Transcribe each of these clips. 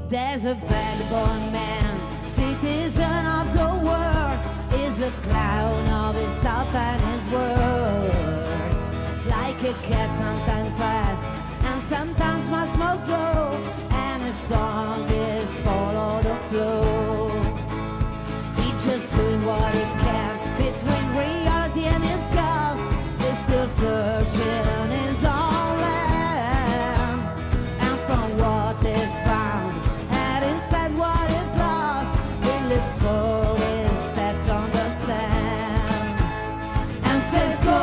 There's a vagabond man, citizen of the world, is a clown of his thought and his words. Like a cat, sometimes fast and sometimes much more slow, and his song is follow the flow. He's just doing what he can between reality and his ghost. He's still searching his own land, and from what is found and instead what is lost, he looks for his steps on the sand and says go,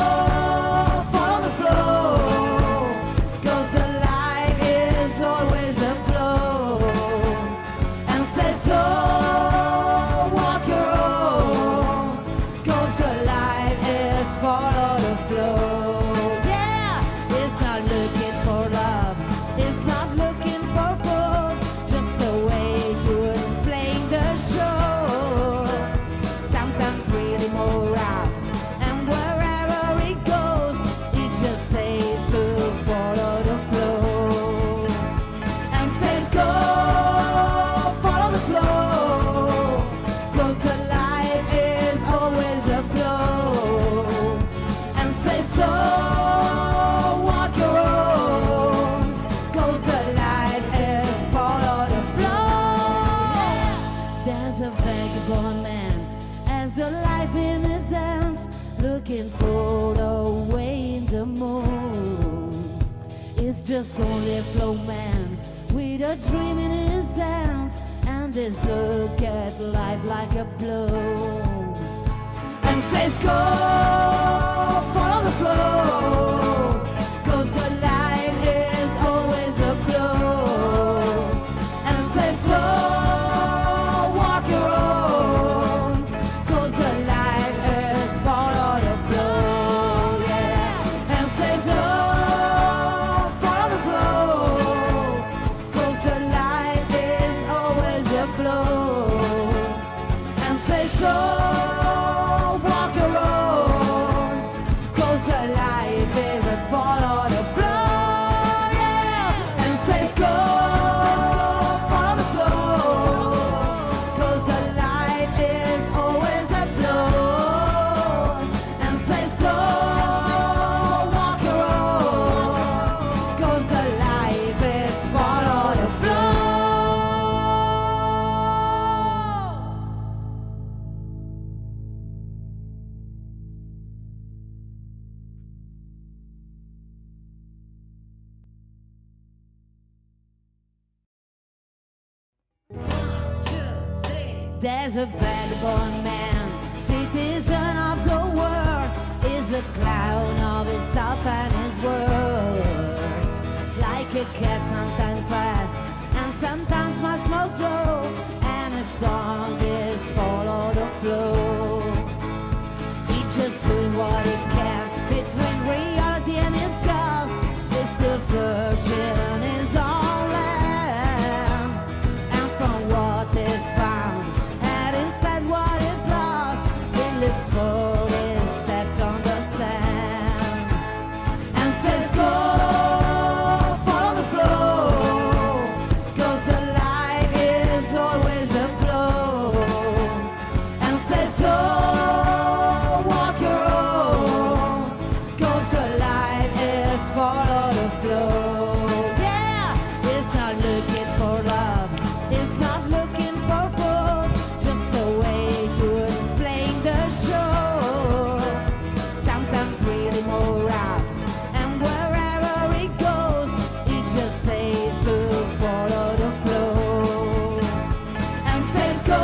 follow the flow, 'cause the life is always a flow, and says so, walk your own, 'cause the life is follow the flow. Yeah, it's not looking for love, it's not looking for food, just a way to explain the show. Sometimes really more out, and wherever it goes, it just says to follow the flow, and says go, follow the flow, 'cause the life is always a flow, and says so, walk your own, 'cause the life is follow the flow. There's a vagabond man, as the life in his hands, looking for the way in the moon. It's just only a flow man with a dream in his hands, and his look at life like a blow, and says go, follow the flow, 'cause the life is always a flow, and says so, walk your own, 'cause the life is follow the flow, yeah, and says oh, follow the flow, 'cause the life is always a flow, and says so, walk your own, 'cause the life is a follow the flow, yeah, and says go, follow the flow, 'cause the life is always a flow, and says so, walk your own, 'cause the life is follow the flow. There's a vagabond man, citizen of the world, is a clown of his thought and his words. Like a cat, sometimes fast and sometimes much more slow, and his song is follow the flow. He's just doing what he can between reality and his ghost. He's still searching his own land, and from what is found and instead what is lost, he looks for his steps on the sand and says go, follow the flow, 'cause the life is always a flow, and says so, walk your own, 'cause the life is follow the flow. Yeah, it's not looking for love, it's not looking for food, just a way to explain the show. Sometimes really more out, and wherever it goes, it just says to follow the flow, and says go,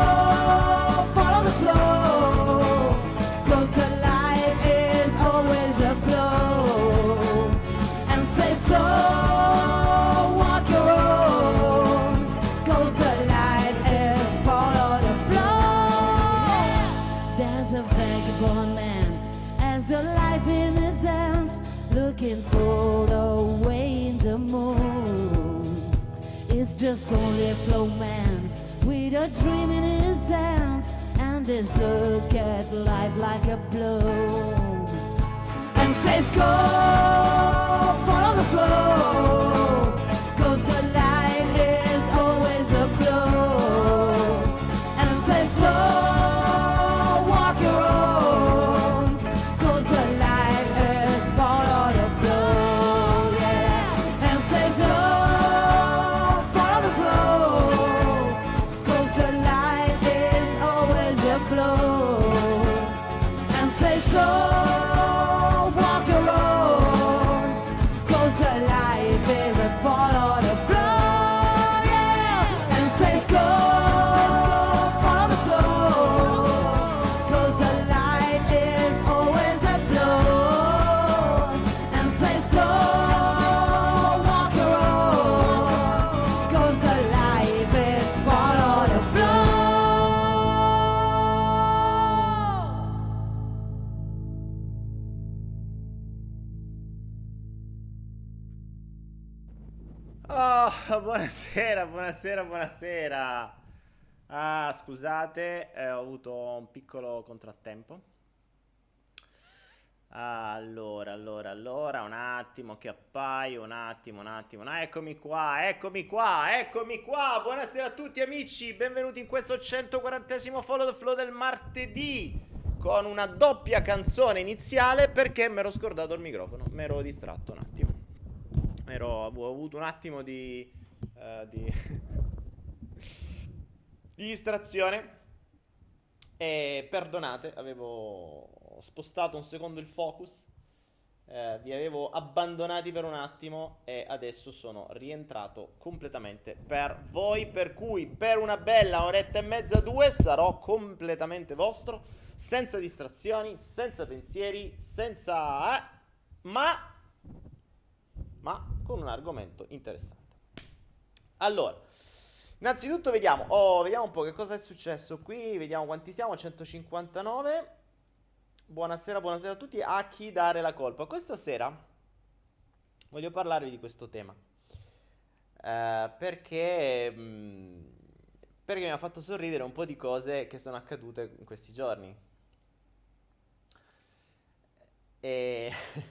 follow the flow, 'cause the life is always a flow, and says so, walk your own, 'cause the life is follow the flow. There's a vagabond man, as the life in his hands, looking for the way in the moon. It's just only a flow man with a dream in his hands, and his look at life like a blow, and says go, follow the flow, 'cause the life is Buonasera, buonasera, buonasera. Ah, scusate, ho avuto un piccolo contrattempo. Allora, un attimo che appaio, un attimo, un attimo. No, eccomi qua, eccomi qua, eccomi qua. Buonasera a tutti amici, benvenuti in questo 140esimo Follow the Flow del martedì con una doppia canzone iniziale perché mi ero scordato il microfono, mi ero distratto un attimo. Ho avuto un attimo di di distrazione e perdonate, avevo spostato un secondo il focus, vi avevo abbandonati per un attimo e adesso sono rientrato completamente per voi, per cui per una bella oretta e mezza, due, sarò completamente vostro, senza distrazioni, senza pensieri, senza... ma con un argomento interessante. Allora, innanzitutto vediamo un po' che cosa è successo qui, vediamo quanti siamo, 159. Buonasera, buonasera a tutti. A chi dare la colpa? Questa sera voglio parlarvi di questo tema. Perché mi ha fatto sorridere un po' di cose che sono accadute in questi giorni. E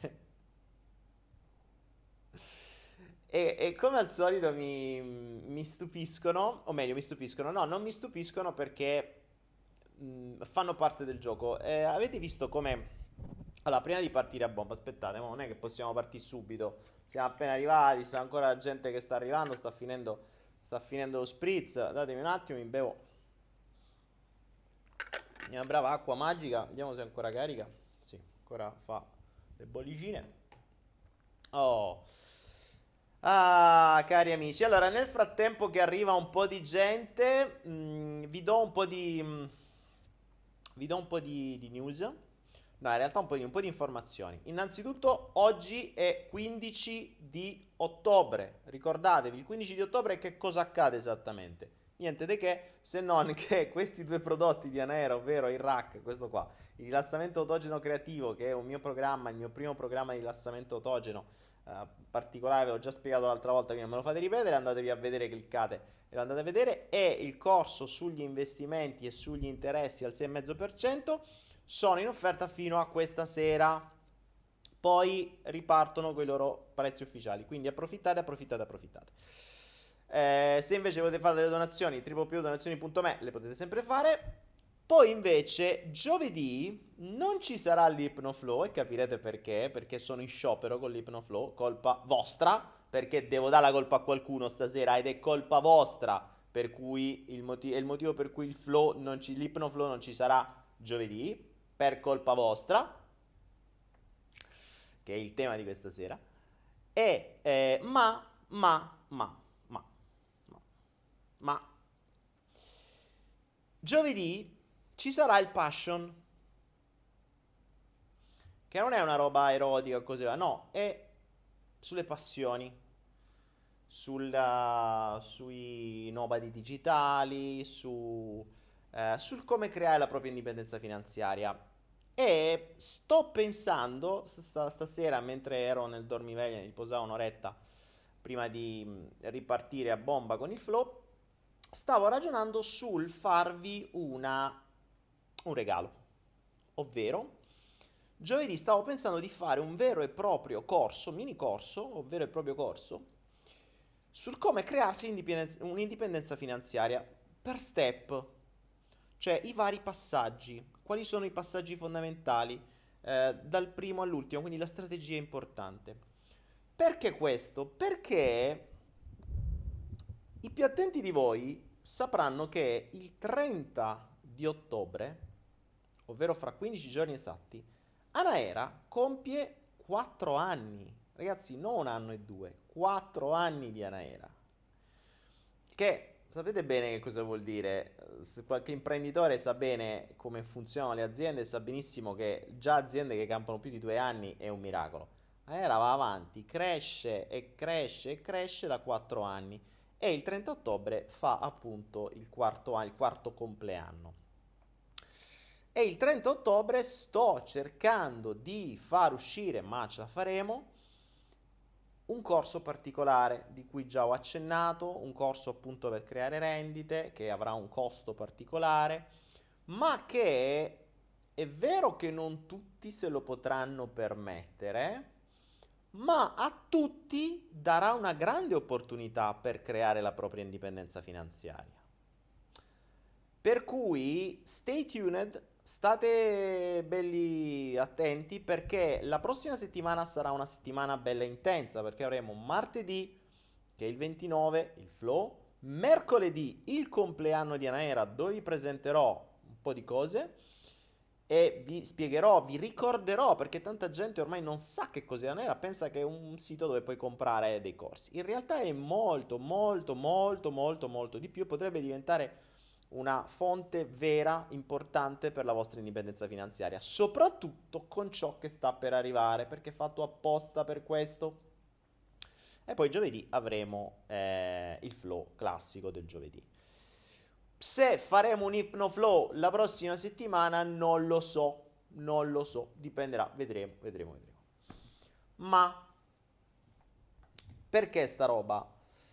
e come al solito mi stupiscono, o meglio mi stupiscono, no, non mi stupiscono perché fanno parte del gioco. Avete visto come... Allora, prima di partire a bomba, aspettate, ma non è che possiamo partire subito. Siamo appena arrivati, c'è ancora gente che sta arrivando, sta finendo lo spritz. Datemi un attimo, mi bevo una brava acqua magica, vediamo se è ancora carica. Sì, ancora fa le bollicine. Oh. Ah, cari amici, allora nel frattempo che arriva un po' di gente, vi do un po' di news. No, in realtà un po' di informazioni. Innanzitutto, oggi è 15 di ottobre. Ricordatevi, il 15 di ottobre che cosa accade esattamente? Niente di che, se non che questi due prodotti di Anaera, ovvero il rack, questo qua, il rilassamento autogeno creativo, che è un mio programma, il mio primo programma di rilassamento autogeno, particolare, ve l'ho già spiegato l'altra volta, quindi non me lo fate ripetere, andatevi a vedere, cliccate e lo andate a vedere, e il corso sugli investimenti e sugli interessi al 6,5% sono in offerta fino a questa sera, poi ripartono con i loro prezzi ufficiali, quindi approfittate, approfittate, approfittate. Se invece volete fare delle donazioni, www.donazioni.me le potete sempre fare. Poi invece giovedì non ci sarà l'Hypnoflow e capirete perché sono in sciopero con l'Hypnoflow, colpa vostra, perché devo dare la colpa a qualcuno stasera ed è colpa vostra, per cui è il motivo per cui l'Hypnoflow non ci sarà giovedì, per colpa vostra, che è il tema di questa sera. Ma giovedì ci sarà il Passion, che non è una roba erotica o così, no, è sulle passioni, sui nomadi digitali, sul come creare la propria indipendenza finanziaria. E sto pensando, stasera mentre ero nel dormiveglia, mi posavo un'oretta prima di ripartire a bomba con il flow, stavo ragionando sul farvi un regalo, ovvero giovedì stavo pensando di fare un vero e proprio corso, mini corso, o vero e proprio corso, sul come crearsi un'indipendenza finanziaria per step, cioè i vari passaggi, quali sono i passaggi fondamentali, dal primo all'ultimo, quindi la strategia importante. Perché questo? Perché i più attenti di voi sapranno che il 30 di ottobre, ovvero fra 15 giorni esatti, Anaera compie 4 anni. Ragazzi, non un anno e due, 4 anni di Anaera. Che sapete bene che cosa vuol dire? Se qualche imprenditore sa bene come funzionano le aziende, sa benissimo che già aziende che campano più di 2 anni è un miracolo. Anaera va avanti, cresce e cresce e cresce da 4 anni. E il 30 ottobre fa appunto il quarto compleanno. E il 30 ottobre sto cercando di far uscire, ma ce la faremo, un corso particolare di cui già ho accennato, un corso appunto per creare rendite che avrà un costo particolare, ma che è vero che non tutti se lo potranno permettere, ma a tutti darà una grande opportunità per creare la propria indipendenza finanziaria. Per cui stay tuned, state belli attenti perché la prossima settimana sarà una settimana bella intensa perché avremo martedì, che è il 29, il flow, mercoledì il compleanno di Anaera dove vi presenterò un po' di cose e vi spiegherò, vi ricorderò perché tanta gente ormai non sa che cos'è Anaera, pensa che è un sito dove puoi comprare dei corsi. In realtà è molto, molto, molto, molto, molto di più, potrebbe diventare una fonte vera, importante per la vostra indipendenza finanziaria, soprattutto con ciò che sta per arrivare, perché è fatto apposta per questo. E poi giovedì avremo il flow classico del giovedì. Se faremo un ipnoflow la prossima settimana non lo so, non lo so, dipenderà, vedremo, vedremo, vedremo. Ma perché sta roba?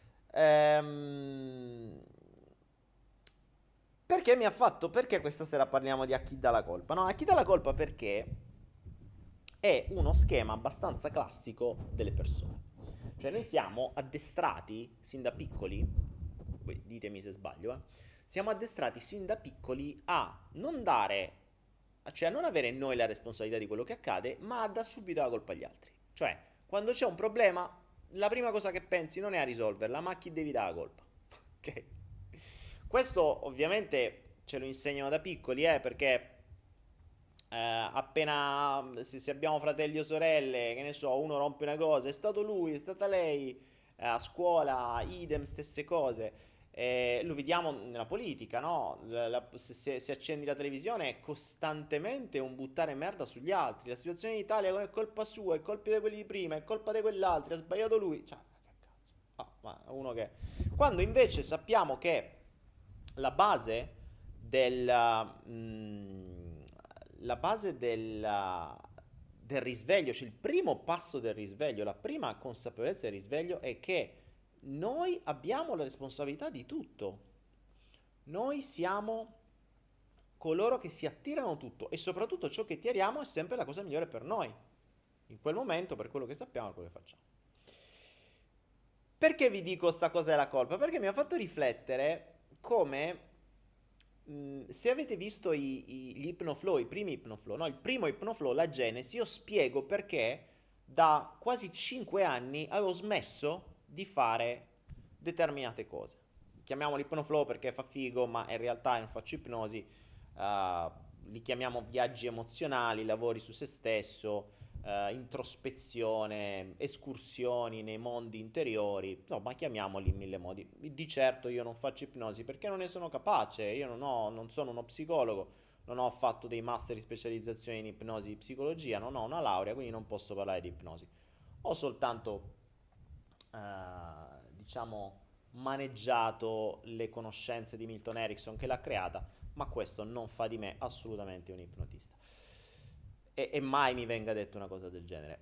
Perché mi ha fatto, perché questa sera parliamo di a chi dà la colpa? No, a chi dà la colpa perché è uno schema abbastanza classico delle persone. Cioè noi siamo addestrati sin da piccoli, voi ditemi se sbaglio, siamo addestrati sin da piccoli a non dare, cioè a non avere noi la responsabilità di quello che accade, ma a dar subito la colpa agli altri. Cioè, quando c'è un problema, la prima cosa che pensi non è a risolverla, ma a chi devi dare la colpa. Ok? Questo ovviamente ce lo insegnano da piccoli, perché appena se abbiamo fratelli o sorelle, che ne so, uno rompe una cosa, è stato lui, è stata lei, a scuola, idem, stesse cose. Lo vediamo nella politica, no? Se accendi la televisione è costantemente un buttare merda sugli altri. La situazione in Italia è colpa sua, è colpa di quelli di prima, è colpa di quell'altro, ha sbagliato lui. Cioè, che cazzo? Ma uno che... Quando invece sappiamo che la base la base del risveglio, cioè il primo passo del risveglio, la prima consapevolezza del risveglio è che noi abbiamo la responsabilità di tutto. Noi siamo coloro che si attirano tutto e soprattutto ciò che tiriamo è sempre la cosa migliore per noi. In quel momento, per quello che sappiamo, è quello che facciamo. Perché vi dico sta cosa della colpa? Perché mi ha fatto riflettere come se avete visto gli ipnoflow, i primi ipnoflow, no? Il primo ipnoflow, la genesi, io spiego perché da quasi 5 anni avevo smesso di fare determinate cose. Chiamiamoli ipnoflow perché fa figo, ma in realtà non faccio ipnosi, li chiamiamo viaggi emozionali, lavori su se stesso, introspezione, escursioni nei mondi interiori, no, ma chiamiamoli in mille modi. Di certo io non faccio ipnosi perché non ne sono capace, io non sono uno psicologo, non ho fatto dei master di specializzazione in ipnosi e psicologia, non ho una laurea, quindi non posso parlare di ipnosi. Ho soltanto, diciamo, maneggiato le conoscenze di Milton Erickson che l'ha creata, ma questo non fa di me assolutamente un ipnotista. E mai mi venga detto una cosa del genere.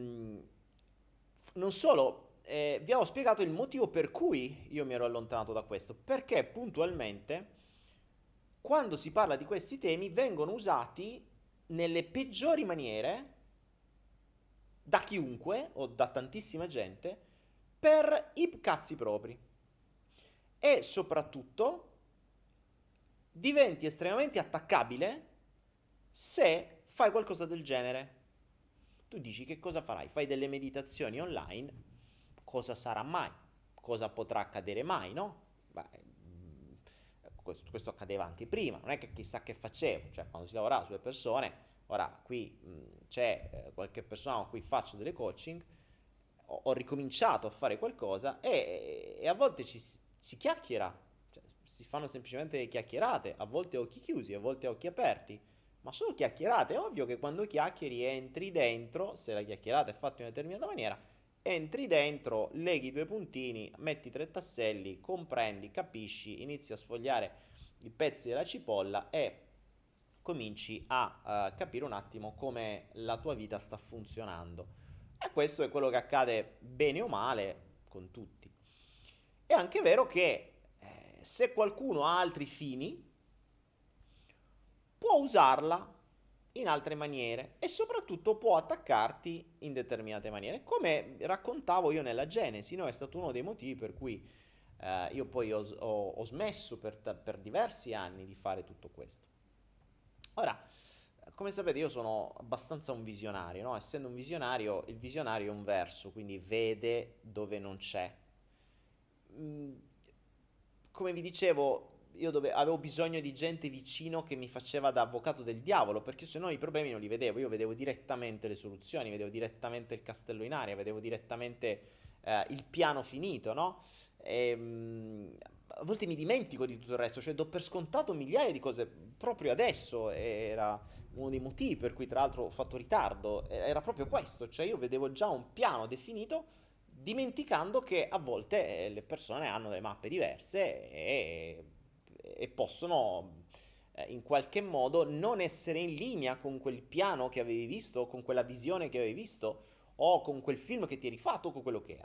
Non solo, vi avevo spiegato il motivo per cui io mi ero allontanato da questo, perché puntualmente quando si parla di questi temi vengono usati nelle peggiori maniere da chiunque o da tantissima gente per i cazzi propri. E soprattutto diventi estremamente attaccabile se fai qualcosa del genere. Tu dici che cosa farai? Fai delle meditazioni online, cosa sarà mai? Cosa potrà accadere mai, no? Beh, questo accadeva anche prima, non è che chissà che facevo, cioè quando si lavorava sulle persone, ora qui c'è qualche persona con cui faccio delle coaching, ho ricominciato a fare qualcosa e a volte si chiacchiera, cioè, si fanno semplicemente delle chiacchierate, a volte a occhi chiusi, a volte a occhi aperti, ma solo chiacchierate. È ovvio che quando chiacchieri entri dentro, se la chiacchierata è fatta in una determinata maniera, entri dentro, leghi due puntini, metti tre tasselli, comprendi, capisci, inizi a sfogliare i pezzi della cipolla e cominci a capire un attimo come la tua vita sta funzionando. E questo è quello che accade bene o male con tutti. È anche vero che se qualcuno ha altri fini, può usarla in altre maniere e soprattutto può attaccarti in determinate maniere. Come raccontavo io nella Genesi, no? È stato uno dei motivi per cui io poi ho smesso per diversi anni di fare tutto questo. Ora, come sapete, io sono abbastanza un visionario, no? Essendo un visionario, il visionario è un verso, quindi vede dove non c'è. Come vi dicevo, avevo bisogno di gente vicino che mi faceva da avvocato del diavolo, perché se no i problemi non li vedevo, io vedevo direttamente le soluzioni, vedevo direttamente il castello in aria, vedevo direttamente il piano finito, no? A volte mi dimentico di tutto il resto, cioè do per scontato migliaia di cose. Proprio adesso era uno dei motivi per cui tra l'altro ho fatto ritardo, era proprio questo, cioè io vedevo già un piano definito, dimenticando che a volte le persone hanno delle mappe diverse e possono in qualche modo non essere in linea con quel piano che avevi visto, con quella visione che avevi visto, o con quel film che ti eri fatto, o con quello che era.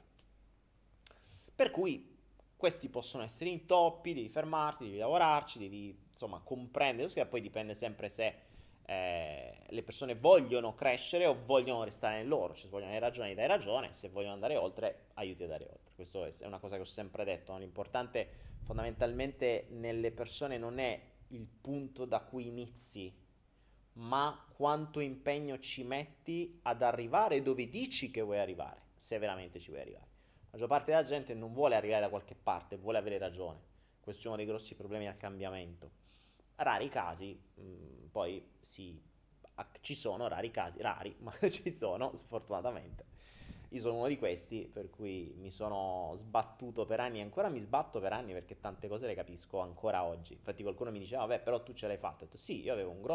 Per cui questi possono essere intoppi, devi fermarti, devi lavorarci, devi insomma comprendere, che poi dipende sempre se le persone vogliono crescere o vogliono restare nel loro, cioè se vogliono avere ragione dai ragione, se vogliono andare oltre aiuti ad andare oltre. Questo è una cosa che ho sempre detto, no? L'importante fondamentalmente nelle persone non è il punto da cui inizi, ma quanto impegno ci metti ad arrivare dove dici che vuoi arrivare, se veramente ci vuoi arrivare. La maggior parte della gente non vuole arrivare da qualche parte, vuole avere ragione. Questo è uno dei grossi problemi al cambiamento. Rari casi, poi sì, ci sono rari casi, rari, ma ci sono, sfortunatamente. Io sono uno di questi, per cui mi sono sbattuto per anni e ancora mi sbatto per anni perché tante cose le capisco ancora oggi. Infatti qualcuno mi diceva, vabbè, però tu ce l'hai fatto. Ho detto, sì, io avevo un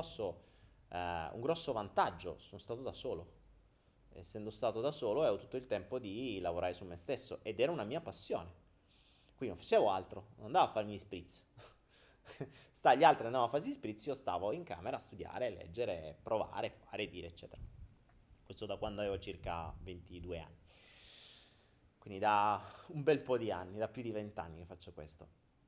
grosso vantaggio, sono stato da solo. Essendo stato da solo, avevo tutto il tempo di lavorare su me stesso ed era una mia passione. Quindi non facevo altro, non andavo a farmi gli spritz. Gli altri andavano a farsi gli spritz, io stavo in camera a studiare, leggere, provare, fare, dire, eccetera. Questo da quando avevo circa 22 anni. Quindi da un bel po' di anni, da più di 20 anni che faccio questo.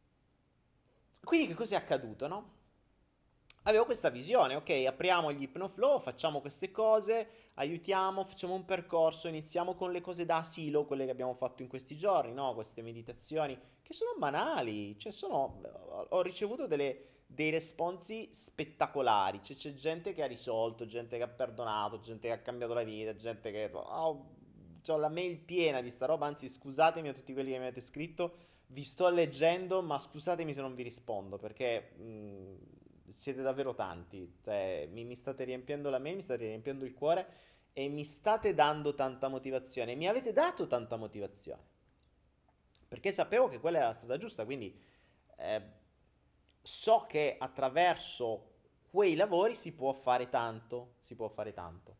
Quindi che cosa è accaduto, no? Avevo questa visione, ok, apriamo gli Hypnoflow, facciamo queste cose, aiutiamo, facciamo un percorso, iniziamo con le cose da asilo, quelle che abbiamo fatto in questi giorni, no? Queste meditazioni, che sono banali, cioè ho ricevuto dei responsi spettacolari, cioè c'è gente che ha risolto, gente che ha perdonato, gente che ha cambiato la vita, gente che... ho la mail piena di sta roba, anzi scusatemi a tutti quelli che mi avete scritto, vi sto leggendo, ma scusatemi se non vi rispondo, perché... siete davvero tanti, cioè, mi state riempiendo la mail, mi state riempiendo il cuore e mi state dando tanta motivazione, mi avete dato tanta motivazione, perché sapevo che quella era la strada giusta, quindi so che attraverso quei lavori si può fare tanto, si può fare tanto.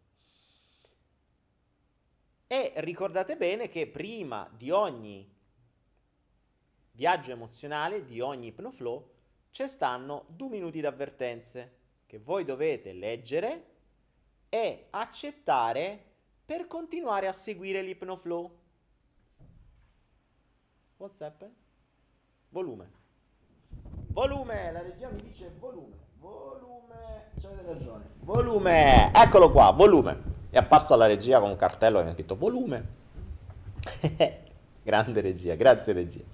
E ricordate bene che prima di ogni viaggio emozionale, di ogni Hypnoflow, ci stanno 2 minuti di avvertenze che voi dovete leggere e accettare per continuare a seguire l'Hypnoflow. What's happened? Volume. Volume, la regia mi dice volume. Volume, c'avete ragione. Volume, eccolo qua, volume. È apparsa la regia con un cartello che mi ha scritto volume. Grande regia, grazie regia.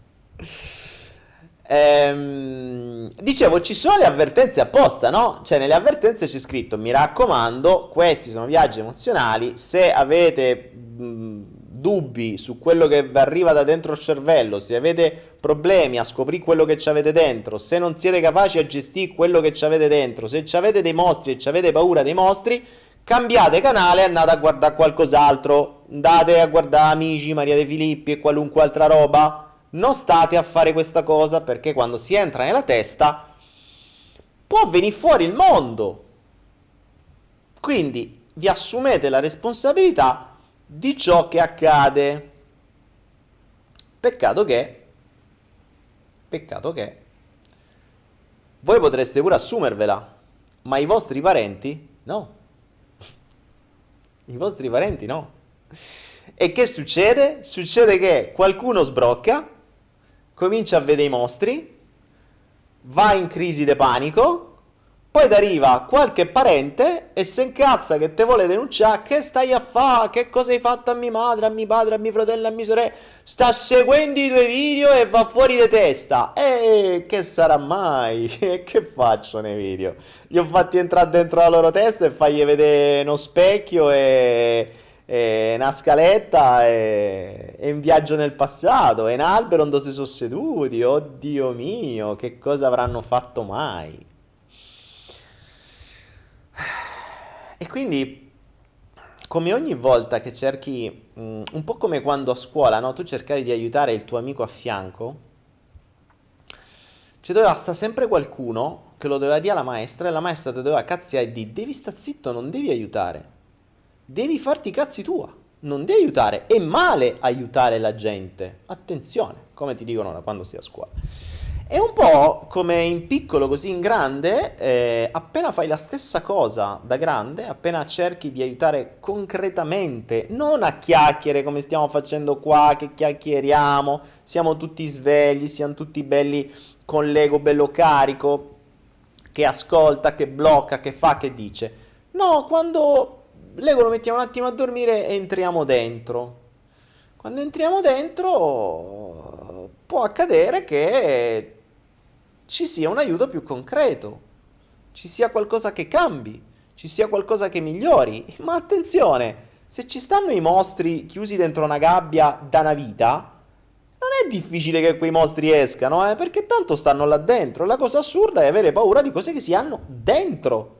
Dicevo, ci sono le avvertenze apposta, no? Cioè nelle avvertenze c'è scritto, mi raccomando, questi sono viaggi emozionali, se avete dubbi su quello che vi arriva da dentro il cervello, se avete problemi a scoprire quello che ci avete dentro, se non siete capaci a gestire quello che ci avete dentro, se ci avete dei mostri e ci avete paura dei mostri, cambiate canale e andate a guardare qualcos'altro, andate a guardare Amici, Maria De Filippi e qualunque altra roba. Non state a fare questa cosa perché quando si entra nella testa può venire fuori il mondo. Quindi vi assumete la responsabilità di ciò che accade. Peccato che voi potreste pure assumervela, ma i vostri parenti no. I vostri parenti no. E che succede? Succede che qualcuno sbrocca, comincia a vedere i mostri, va in crisi di panico, poi ti arriva qualche parente e se incazza che te vuole denunciare. Che stai a fare? Che cosa hai fatto a mia madre, a mio padre, a mio fratello, a mia sorella? Sta seguendo i tuoi video e va fuori di testa. E che sarà mai? Che faccio nei video? Li ho fatti entrare dentro la loro testa e fargli vedere uno specchio e una scaletta e un viaggio nel passato e un albero dove si sono seduti. Oddio mio, che cosa avranno fatto mai? E quindi, come ogni volta che cerchi, un po' come quando a scuola, no? Tu cercavi di aiutare il tuo amico a fianco, ci doveva sta sempre qualcuno che lo doveva dire alla maestra e la maestra ti doveva cazziare e dire: devi sta zitto, non devi aiutare, devi farti i cazzi tua, non devi aiutare, è male aiutare la gente, attenzione, come ti dicono da quando sei a scuola. È un po' come in piccolo così in grande, appena fai la stessa cosa da grande, appena cerchi di aiutare concretamente, non a chiacchiere come stiamo facendo qua, che chiacchieriamo, siamo tutti svegli, siamo tutti belli con l'ego bello carico, che ascolta, che blocca, che fa, che dice. No, quando l'ego lo mettiamo un attimo a dormire e entriamo dentro. Quando entriamo dentro può accadere che ci sia un aiuto più concreto, ci sia qualcosa che cambi, ci sia qualcosa che migliori. Ma attenzione, se ci stanno i mostri chiusi dentro una gabbia da una vita, non è difficile che quei mostri escano, perché tanto stanno là dentro. La cosa assurda è avere paura di cose che si hanno dentro.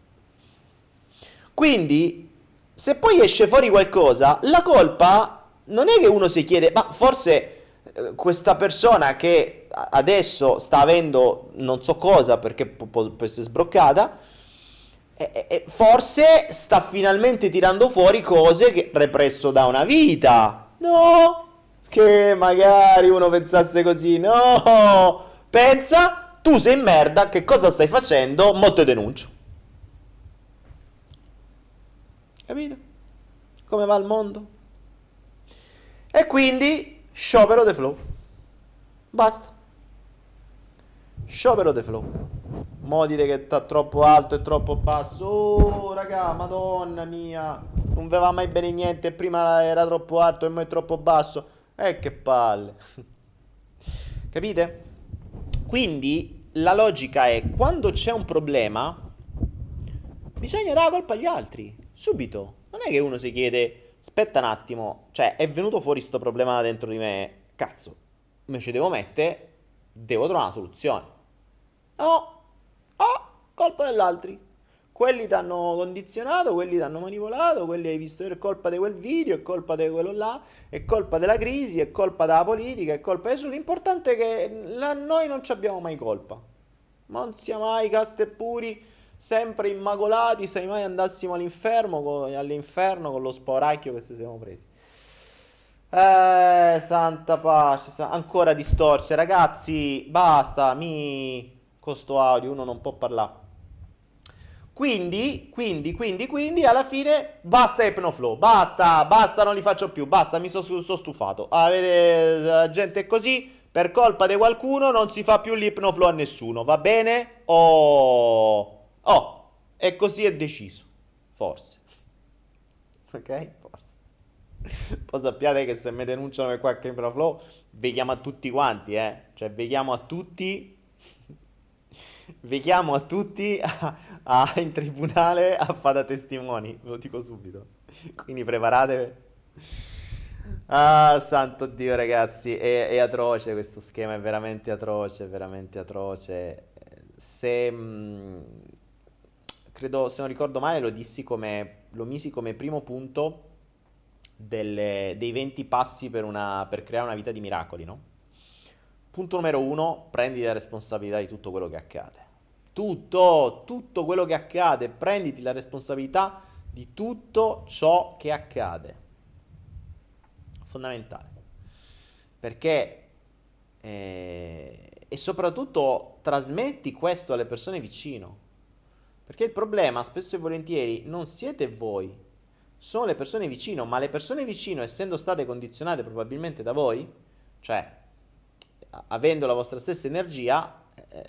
Quindi, se poi esce fuori qualcosa, la colpa non è che uno si chiede, ma forse questa persona che adesso sta avendo non so cosa perché può essere sbroccata, forse sta finalmente tirando fuori cose che represso da una vita. No, che magari uno pensasse così. No, pensa, tu sei in merda, che cosa stai facendo? Mo te denuncio. Capito? Come va il mondo? E quindi sciopero de flow. Basta. Sciopero de flow. Mo dite che sta troppo alto e troppo basso. Oh, raga, madonna mia. Non ve va mai bene niente. Prima era troppo alto e mo è troppo basso. Che palle. Capite? Quindi la logica è: quando c'è un problema, bisogna dare la colpa agli altri. Subito. Non è che uno si chiede: aspetta un attimo, cioè è venuto fuori sto problema dentro di me, cazzo, me ci devo mettere, devo trovare una soluzione. No, colpa degli altri. Quelli ti hanno condizionato, quelli ti hanno manipolato, quelli hai visto, è colpa di quel video, è colpa di quello là, è colpa della crisi, è colpa della politica, è colpa di... L'importante è che noi non ci abbiamo mai colpa. Non siamo mai casti e puri, sempre immacolati, se mai andassimo all'inferno con lo sporacchio che ci siamo presi. Santa pace, ancora distorce, ragazzi, basta, con sto audio uno non può parlare. Quindi, alla fine, basta Ipnoflow, basta, non li faccio più, basta, mi sto stufato. Avete la gente è così, per colpa di qualcuno non si fa più l'Ipnoflow a nessuno, va bene? E così è deciso, forse. Ok? Forse. Poi sappiate che se mi denunciano per qualche Ipnoflow, vi chiamo a tutti quanti, Cioè, vi chiamo a tutti... Vi chiamo a tutti in tribunale a fare da testimoni, ve lo dico subito. Quindi preparatevi. Ah, santo Dio, ragazzi, è atroce questo schema, è veramente atroce, è veramente atroce. Se credo, se non ricordo male, lo misi come primo punto dei 20 passi per creare una vita di miracoli, no? Punto numero 1, prendi la responsabilità di tutto quello che accade. Tutto quello che accade, prenditi la responsabilità di tutto ciò che accade. Fondamentale. Perché e soprattutto trasmetti questo alle persone vicino. Perché il problema spesso e volentieri non siete voi, sono le persone vicino, ma le persone vicino, essendo state condizionate probabilmente da voi, cioè avendo la vostra stessa energia,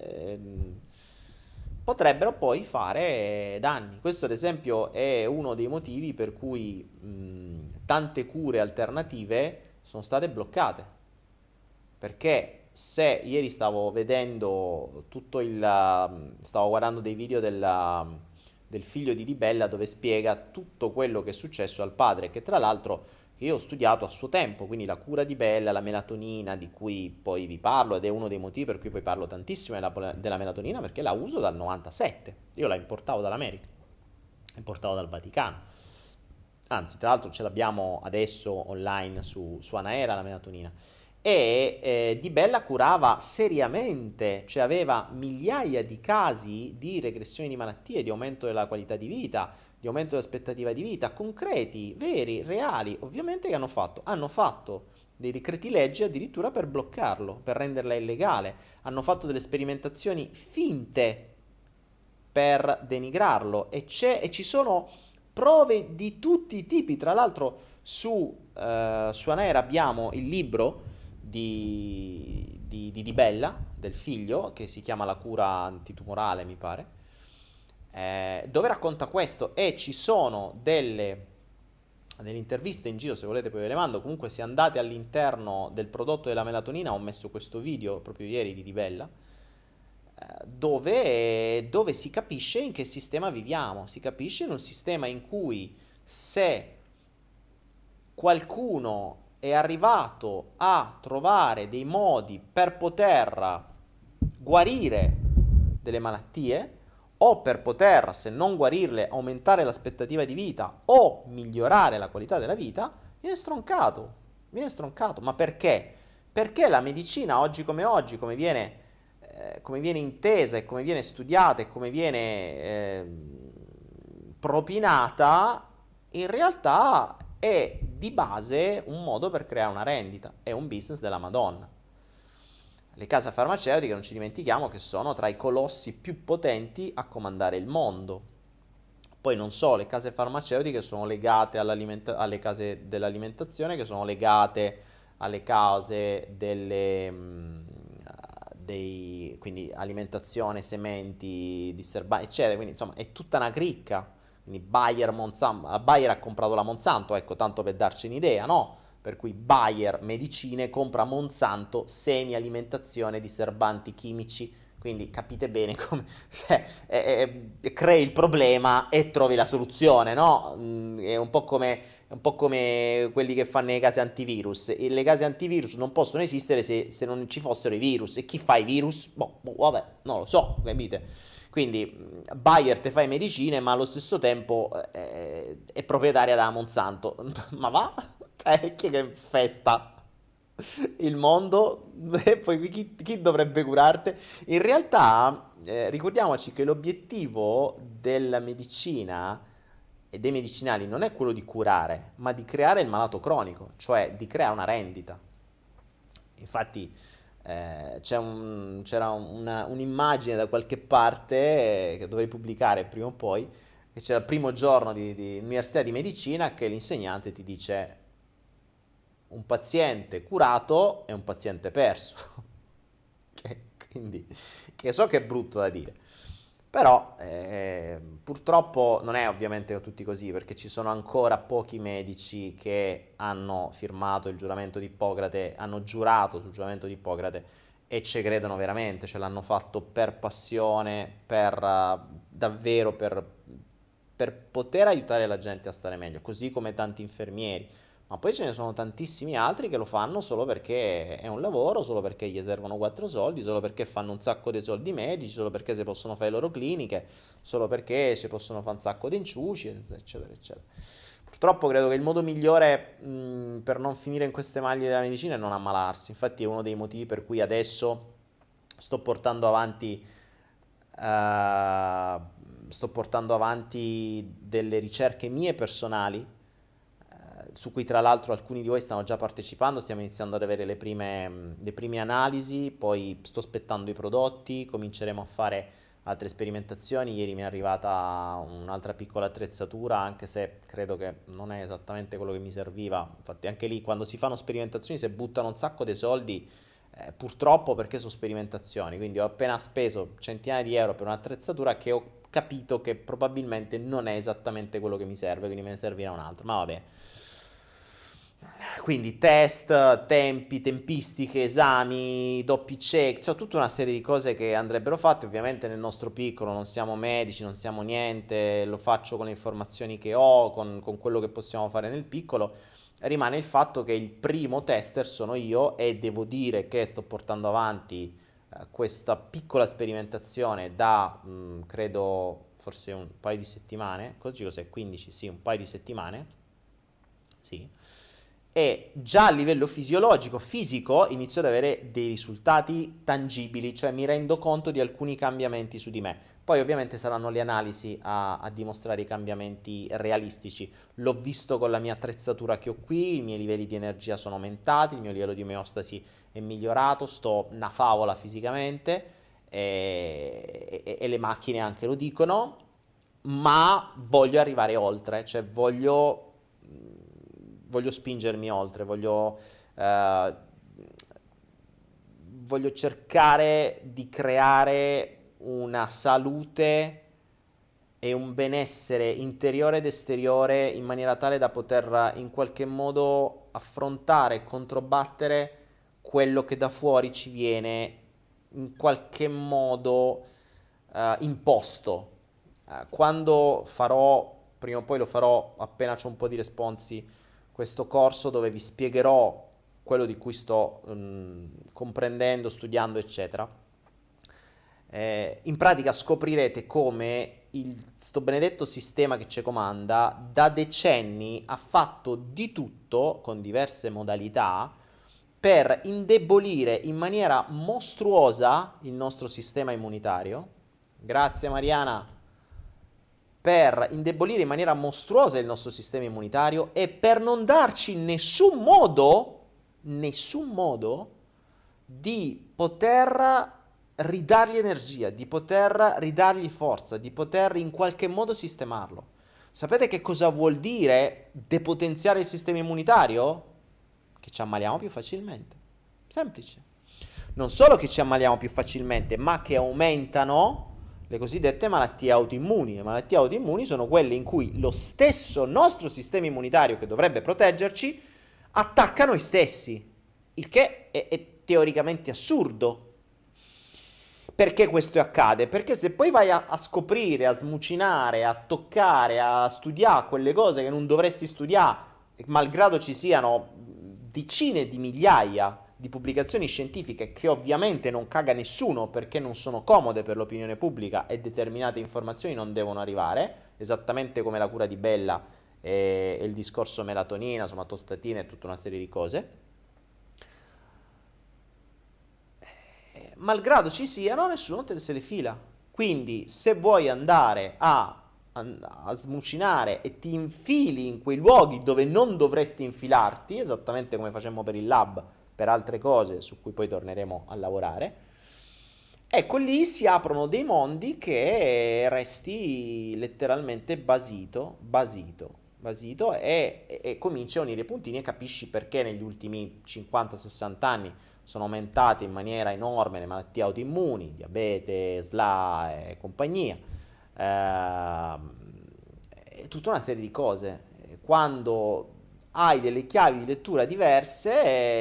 potrebbero poi fare danni. Questo ad esempio è uno dei motivi per cui tante cure alternative sono state bloccate. Perché se ieri stavo vedendo stavo guardando dei video del figlio di Di Bella dove spiega tutto quello che è successo al padre, che tra l'altro io ho studiato a suo tempo, quindi la cura di Bella, la melatonina di cui poi vi parlo, ed è uno dei motivi per cui poi parlo tantissimo della melatonina, perché la uso dal 97, io la importavo dall'America, la importavo dal Vaticano, anzi tra l'altro ce l'abbiamo adesso online su Anaera la melatonina. E Di Bella curava seriamente, cioè aveva migliaia di casi di regressione di malattie, di aumento della qualità di vita, di aumento dell'aspettativa di vita, concreti, veri, reali, ovviamente che hanno fatto? Hanno fatto dei decreti legge addirittura per bloccarlo, per renderla illegale, hanno fatto delle sperimentazioni finte per denigrarlo e ci sono prove di tutti i tipi, tra l'altro su Anaera abbiamo il libro di Bella, del figlio, che si chiama La cura antitumorale, mi pare, dove racconta questo e ci sono delle interviste in giro, se volete poi ve le mando, comunque se andate all'interno del prodotto della melatonina, ho messo questo video proprio ieri di Bella, dove si capisce in che sistema viviamo, si capisce in un sistema in cui se qualcuno è arrivato a trovare dei modi per poter guarire delle malattie o per poter, se non guarirle, aumentare l'aspettativa di vita o migliorare la qualità della vita, viene stroncato, Ma perché? Perché la medicina oggi, come viene intesa e come viene studiata e come viene propinata, in realtà è di base un modo per creare una rendita, è un business della Madonna. Le case farmaceutiche, non ci dimentichiamo, che sono tra i colossi più potenti a comandare il mondo. Poi non so, le case farmaceutiche sono legate alle case dell'alimentazione, che sono legate alle case quindi alimentazione, sementi, disturbanti, eccetera. Quindi insomma è tutta una cricca. Quindi Bayer ha comprato la Monsanto, ecco, tanto per darci un'idea, no? Per cui Bayer Medicine compra Monsanto semi, alimentazione, disturbanti chimici, quindi capite bene come crei il problema e trovi la soluzione, no? È un po' come quelli che fanno le case antivirus. E le case antivirus non possono esistere se non ci fossero i virus. E chi fa i virus? Vabbè, non lo so, capite? Quindi Bayer te fa i medicine, ma allo stesso tempo è proprietaria della Monsanto. Ma va? Che festa il mondo. E poi chi dovrebbe curarti? In realtà ricordiamoci che l'obiettivo della medicina e dei medicinali non è quello di curare, ma di creare il malato cronico, cioè di creare una rendita. Infatti c'era un'immagine da qualche parte che dovrei pubblicare prima o poi, che c'era il primo giorno di università di medicina che l'insegnante ti dice un paziente curato e un paziente perso. Quindi, che so che è brutto da dire, però purtroppo non è ovviamente tutti così, perché ci sono ancora pochi medici che hanno firmato il giuramento di Ippocrate, hanno giurato sul giuramento di Ippocrate e ci credono veramente, ce l'hanno fatto per passione, davvero per poter aiutare la gente a stare meglio, così come tanti infermieri. Ma poi ce ne sono tantissimi altri che lo fanno solo perché è un lavoro, solo perché gli servono 4 soldi, solo perché fanno un sacco di soldi medici, solo perché si possono fare le loro cliniche, solo perché si possono fare un sacco di inciuci, eccetera, eccetera. Purtroppo credo che il modo migliore per non finire in queste maglie della medicina è non ammalarsi. Infatti è uno dei motivi per cui adesso sto portando avanti delle ricerche mie personali, su cui tra l'altro alcuni di voi stanno già partecipando, stiamo iniziando ad avere le prime analisi, poi sto aspettando i prodotti, cominceremo a fare altre sperimentazioni. Ieri mi è arrivata un'altra piccola attrezzatura, anche se credo che non è esattamente quello che mi serviva. Infatti anche lì quando si fanno sperimentazioni si buttano un sacco di soldi, purtroppo, perché sono sperimentazioni. Quindi ho appena speso centinaia di euro per un'attrezzatura che ho capito che probabilmente non è esattamente quello che mi serve, quindi me ne servirà un altro. Ma vabbè. Quindi test, tempi, tempistiche, esami, doppi check, cioè tutta una serie di cose che andrebbero fatte. Ovviamente nel nostro piccolo non siamo medici, non siamo niente, lo faccio con le informazioni che ho, con quello che possiamo fare nel piccolo. Rimane il fatto che il primo tester sono io e devo dire che sto portando avanti questa piccola sperimentazione da, credo, forse un paio di settimane. Oggi cos'è? 15? Sì, un paio di settimane. Sì. E già a livello fisiologico, fisico, inizio ad avere dei risultati tangibili, cioè mi rendo conto di alcuni cambiamenti su di me. Poi ovviamente saranno le analisi a dimostrare i cambiamenti realistici. L'ho visto con la mia attrezzatura che ho qui, i miei livelli di energia sono aumentati, il mio livello di omeostasi è migliorato, sto una favola fisicamente e le macchine anche lo dicono, ma voglio arrivare oltre, cioè voglio spingermi oltre, eh, voglio cercare di creare una salute e un benessere interiore ed esteriore in maniera tale da poter in qualche modo affrontare e controbattere quello che da fuori ci viene in qualche modo imposto. Quando farò, prima o poi lo farò appena c'ho un po' di responsi, questo corso dove vi spiegherò quello di cui sto comprendendo, studiando, eccetera. In pratica scoprirete come sto benedetto sistema che ci comanda da decenni ha fatto di tutto con diverse modalità per indebolire in maniera mostruosa il nostro sistema immunitario. Grazie Mariana. Per indebolire in maniera mostruosa il nostro sistema immunitario e per non darci nessun modo di poter ridargli energia, di poter ridargli forza, di poter in qualche modo sistemarlo. Sapete che cosa vuol dire depotenziare il sistema immunitario? Che ci ammaliamo più facilmente. Semplice. Non solo che ci ammaliamo più facilmente, ma che aumentano le cosiddette malattie autoimmuni. Le malattie autoimmuni sono quelle in cui lo stesso nostro sistema immunitario, che dovrebbe proteggerci, attacca noi stessi, il che è teoricamente assurdo. Perché questo accade? Perché se poi vai a scoprire, a smucinare, a toccare, a studiare quelle cose che non dovresti studiare, malgrado ci siano decine di migliaia di pubblicazioni scientifiche che ovviamente non caga nessuno perché non sono comode per l'opinione pubblica e determinate informazioni non devono arrivare, esattamente come la cura di Bella e il discorso melatonina, somatostatina e tutta una serie di cose. Malgrado ci siano, nessuno se le fila. Quindi se vuoi andare a smucinare e ti infili in quei luoghi dove non dovresti infilarti, esattamente come facemmo per il lab, per altre cose su cui poi torneremo a lavorare, ecco lì si aprono dei mondi che resti letteralmente basito e cominci a unire i puntini e capisci perché negli ultimi 50-60 anni sono aumentate in maniera enorme le malattie autoimmuni, diabete, SLA e compagnia, e tutta una serie di cose. Quando hai delle chiavi di lettura diverse,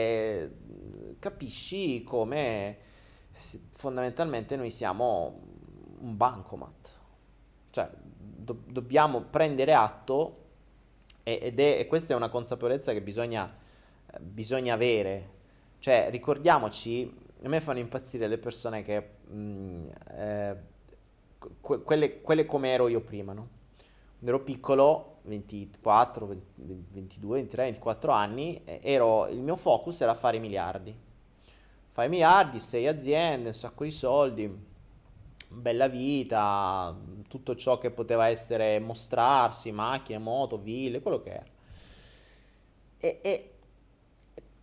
capisci come fondamentalmente noi siamo un bancomat. Cioè, dobbiamo prendere atto e questa è una consapevolezza che bisogna avere. Cioè, ricordiamoci, a me fanno impazzire le persone che quelle come ero io prima, no? Quando ero piccolo, 24, 22, 23, 24 anni, il mio focus era fare miliardi. Fare miliardi, 6 aziende, un sacco di soldi, bella vita, tutto ciò che poteva essere mostrarsi, macchine, moto, ville, quello che era. E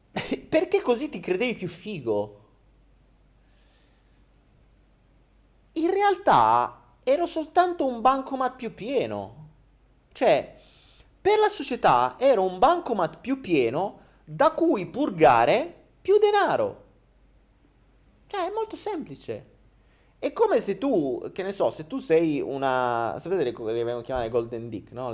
perché così ti credevi più figo? in realtà ero soltanto un bancomat più pieno. Cioè, per la società ero un bancomat più pieno da cui purgare più denaro. Cioè, è molto semplice. È come se tu, che ne so, se tu sei una... Sapete le vengono chiamate Golden Dick, no?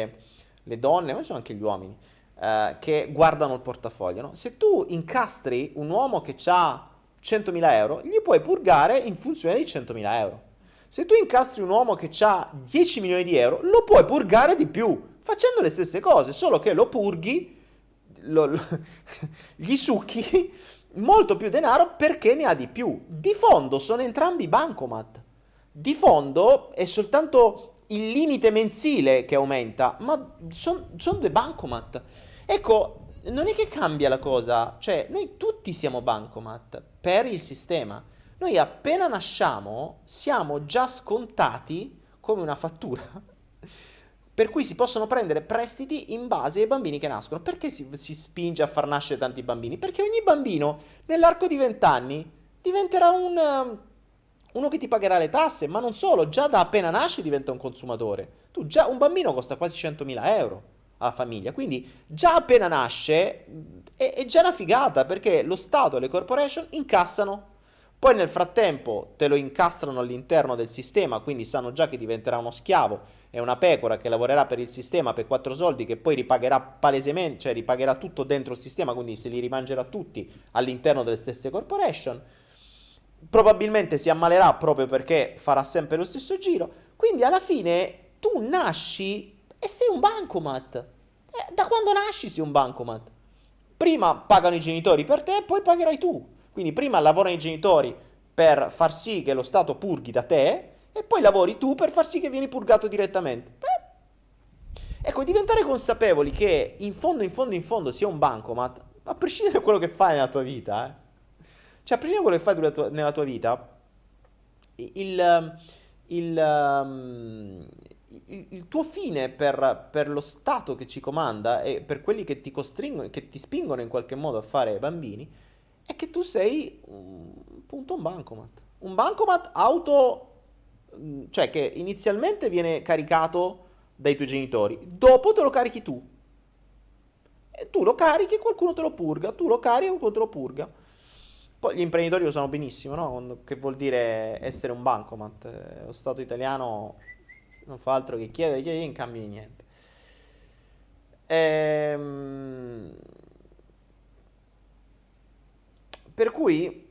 Le donne, ma ci sono anche gli uomini, che guardano il portafoglio, no? Se tu incastri un uomo che ha 100.000 euro, gli puoi purgare in funzione dei 100.000 euro. Se tu incastri un uomo che ha 10 milioni di euro, lo puoi purgare di più, facendo le stesse cose, solo che lo purghi, lo- gli succhi molto più denaro perché ne ha di più. Di fondo sono entrambi bancomat. Di fondo è soltanto il limite mensile che aumenta, ma sono due bancomat. Ecco, non è che cambia la cosa, cioè noi tutti siamo bancomat per il sistema. Noi appena nasciamo siamo già scontati come una fattura, per cui si possono prendere prestiti in base ai bambini che nascono. Perché si spinge a far nascere tanti bambini? Perché ogni bambino nell'arco di 20 anni diventerà uno che ti pagherà le tasse, ma non solo, già da appena nasce diventa un consumatore. Tu già un bambino costa quasi 100.000 euro alla famiglia, quindi già appena nasce è già una figata perché lo Stato e le corporation incassano. Poi nel frattempo te lo incastrano all'interno del sistema, quindi sanno già che diventerà uno schiavo e una pecora che lavorerà per il sistema per 4 soldi che poi ripagherà palesemente, cioè ripagherà tutto dentro il sistema, quindi se li rimangerà tutti all'interno delle stesse corporation. Probabilmente si ammalerà proprio perché farà sempre lo stesso giro. Quindi alla fine tu nasci e sei un bancomat. Da quando nasci sei un bancomat. Prima pagano i genitori per te, poi pagherai tu. Quindi prima lavorano i genitori per far sì che lo Stato purghi da te e poi lavori tu per far sì che vieni purgato direttamente. Ecco, diventare consapevoli che in fondo, in fondo, in fondo sia un bancomat, a prescindere da quello che fai nella tua vita, cioè a prescindere da quello che fai nella tua vita, il, il, um, il tuo fine per lo Stato che ci comanda e per quelli che ti costringono, che ti spingono in qualche modo a fare bambini, è che tu sei appunto un bancomat. Un bancomat cioè che inizialmente viene caricato dai tuoi genitori, dopo te lo carichi tu. E tu lo carichi e qualcuno te lo purga, tu lo carichi e qualcuno te lo purga. Poi gli imprenditori lo sanno benissimo, no? Che vuol dire essere un bancomat. Lo Stato italiano non fa altro che chiedere in cambio di niente. Ehm, per cui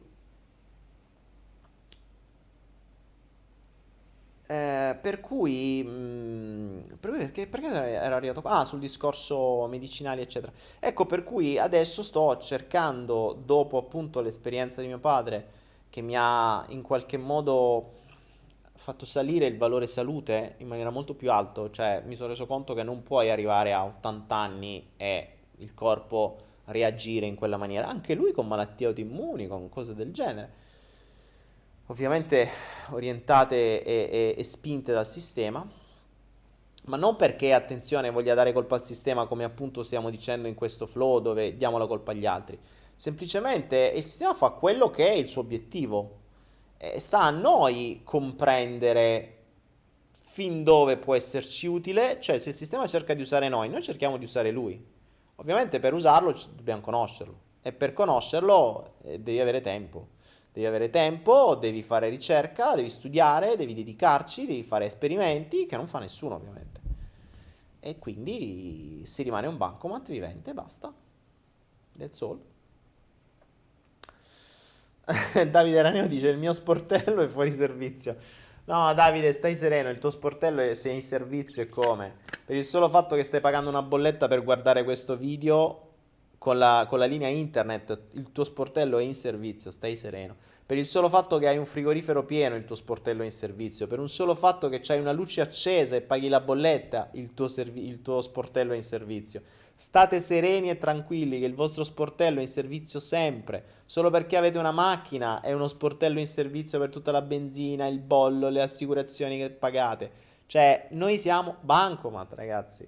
perché ero arrivato qua? Ah, sul discorso medicinali, eccetera. Ecco, per cui adesso sto cercando, dopo appunto l'esperienza di mio padre, che mi ha in qualche modo fatto salire il valore salute in maniera molto più alto, cioè mi sono reso conto che non puoi arrivare a 80 anni e il corpo reagire in quella maniera, anche lui con malattie autoimmuni, con cose del genere ovviamente orientate e spinte dal sistema, ma non perché, attenzione, voglia dare colpa al sistema come appunto stiamo dicendo in questo flow dove diamo la colpa agli altri. Semplicemente il sistema fa quello che è il suo obiettivo. E sta a noi comprendere fin dove può esserci utile, cioè se il sistema cerca di usare noi cerchiamo di usare lui. Ovviamente per usarlo dobbiamo conoscerlo e per conoscerlo devi avere tempo. Devi avere tempo, devi fare ricerca, devi studiare, devi dedicarci, devi fare esperimenti che non fa nessuno ovviamente. E quindi si rimane un bancomat vivente e basta. That's all. Davide Raneo dice il mio sportello è fuori servizio. No, Davide, stai sereno, il tuo sportello se è in servizio e come? Per il solo fatto che stai pagando una bolletta per guardare questo video con la linea internet, il tuo sportello è in servizio, stai sereno. Per il solo fatto che hai un frigorifero pieno, il tuo sportello è in servizio. Per un solo fatto che c'hai una luce accesa e paghi la bolletta, il tuo sportello è in servizio. State sereni e tranquilli che il vostro sportello è in servizio sempre. Solo perché avete una macchina è uno sportello in servizio per tutta la benzina, il bollo, le assicurazioni che pagate. Cioè, noi siamo bancomat, ragazzi.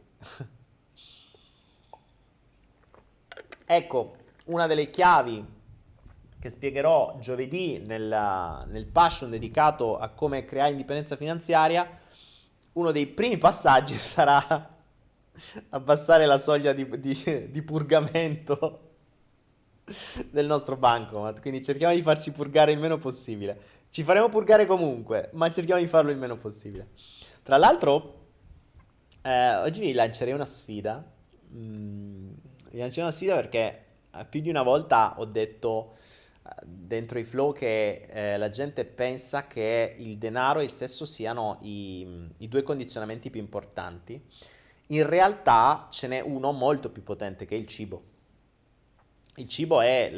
Ecco, una delle chiavi che spiegherò giovedì nel passion dedicato a come creare indipendenza finanziaria, uno dei primi passaggi sarà abbassare la soglia di purgamento del nostro bancomat. Quindi cerchiamo di farci purgare il meno possibile. Ci faremo purgare comunque, ma cerchiamo di farlo il meno possibile. Tra l'altro, oggi vi lancerei una sfida. Vi lancerei una sfida perché più di una volta ho detto dentro i flow che la gente pensa che il denaro e il sesso siano i due condizionamenti più importanti. In realtà ce n'è uno molto più potente che è il cibo. Il cibo è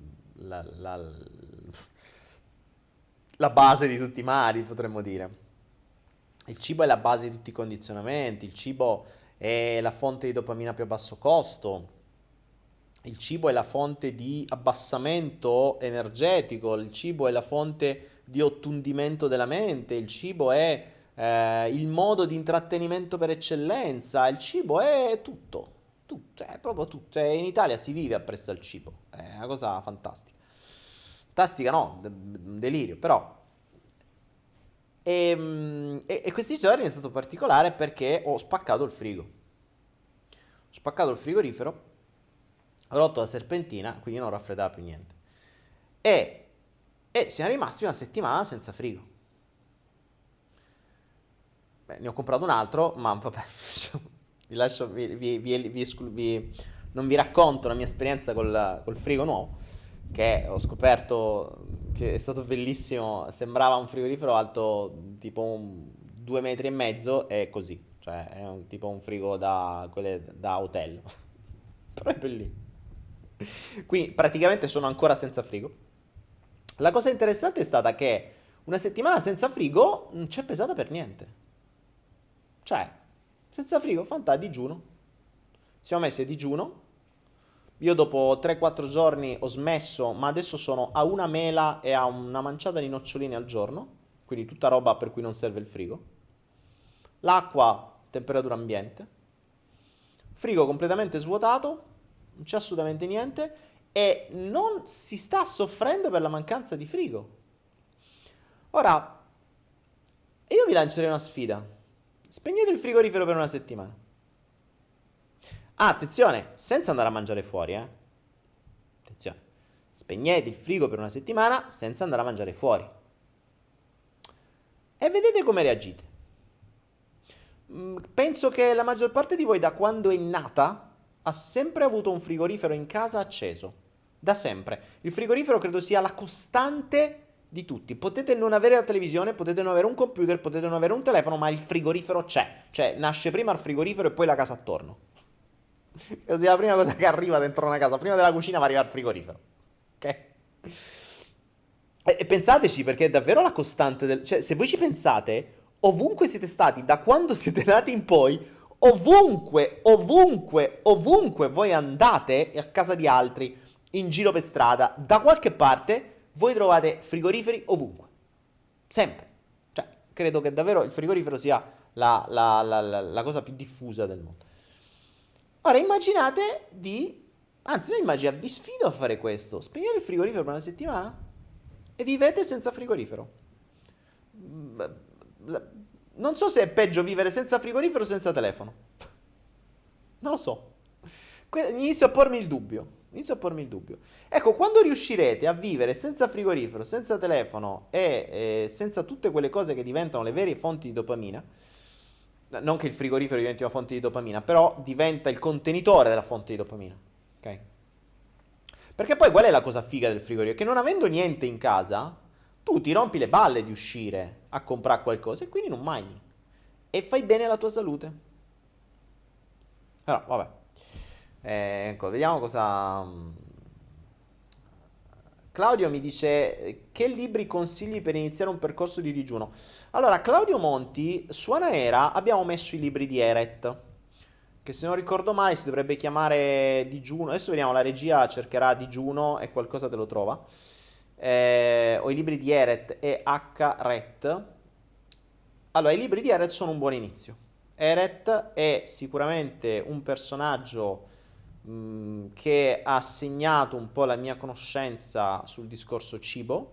la base di tutti i mali, potremmo dire. Il cibo è la base di tutti i condizionamenti, il cibo è la fonte di dopamina più a basso costo, il cibo è la fonte di abbassamento energetico, il cibo è la fonte di ottundimento della mente, il cibo è il modo di intrattenimento per eccellenza, il cibo è tutto, tutto, è proprio tutto. Cioè, in Italia si vive appresso al cibo, è una cosa fantastica. Fantastica no, un delirio, però. E questi giorni è stato particolare perché ho spaccato il frigo. Ho spaccato il frigorifero, ho rotto la serpentina, quindi non raffreddava più niente. E siamo rimasti una settimana senza frigo. Beh, ne ho comprato un altro, ma vabbè, vi lascio, non vi racconto la mia esperienza col frigo nuovo, che ho scoperto che è stato bellissimo, sembrava un frigorifero alto tipo 2,5 metri e così, cioè è tipo un frigo da hotel, però è bellissimo. Quindi praticamente sono ancora senza frigo. La cosa interessante è stata che una settimana senza frigo non c'è pesata per niente. Cioè, senza frigo, a digiuno. Siamo messi a digiuno. Io dopo 3-4 giorni ho smesso, ma adesso sono a una mela e a una manciata di noccioline al giorno. Quindi tutta roba per cui non serve il frigo. L'acqua, temperatura ambiente. Frigo completamente svuotato, non c'è assolutamente niente. E non si sta soffrendo per la mancanza di frigo. Ora, io vi lancerei una sfida. Spegnete il frigorifero per una settimana. Ah, attenzione, senza andare a mangiare fuori, Attenzione. Spegnete il frigo per una settimana senza andare a mangiare fuori. E vedete come reagite. Penso che la maggior parte di voi da quando è nata ha sempre avuto un frigorifero in casa acceso. Da sempre. Il frigorifero credo sia la costante di tutti. Potete non avere la televisione, potete non avere un computer, potete non avere un telefono, ma il frigorifero c'è. Cioè, nasce prima il frigorifero e poi la casa attorno. Così la prima cosa che arriva dentro una casa, prima della cucina va a arrivare il frigorifero. Ok? E pensateci, perché è davvero la costante del... Cioè, se voi ci pensate, ovunque siete stati, da quando siete nati in poi, ovunque voi andate a casa di altri, in giro per strada, da qualche parte, voi trovate frigoriferi ovunque. Sempre. Cioè, credo che davvero il frigorifero sia la cosa più diffusa del mondo. Ora immaginate anzi, non immaginate, vi sfido a fare questo. Spegnete il frigorifero per una settimana e vivete senza frigorifero. Non so se è peggio vivere senza frigorifero o senza telefono. Non lo so. Inizio a pormi il dubbio. Ecco, quando riuscirete a vivere senza frigorifero, senza telefono e senza tutte quelle cose che diventano le vere fonti di dopamina, non che il frigorifero diventi una fonte di dopamina, però diventa il contenitore della fonte di dopamina, ok? Perché poi qual è la cosa figa del frigorifero? Che non avendo niente in casa, tu ti rompi le balle di uscire a comprare qualcosa e quindi non mangi. E fai bene alla tua salute. Però, vabbè. Ecco, vediamo cosa... Claudio mi dice: che libri consigli per iniziare un percorso di digiuno? Allora, Claudio Monti, su Anaera abbiamo messo i libri di Eret, che se non ricordo male si dovrebbe chiamare digiuno. Adesso vediamo, la regia cercherà digiuno e qualcosa te lo trova. O i libri di Eret e H-Ret. Allora, i libri di Eret sono un buon inizio. Eret è sicuramente un personaggio che ha segnato un po' la mia conoscenza sul discorso cibo.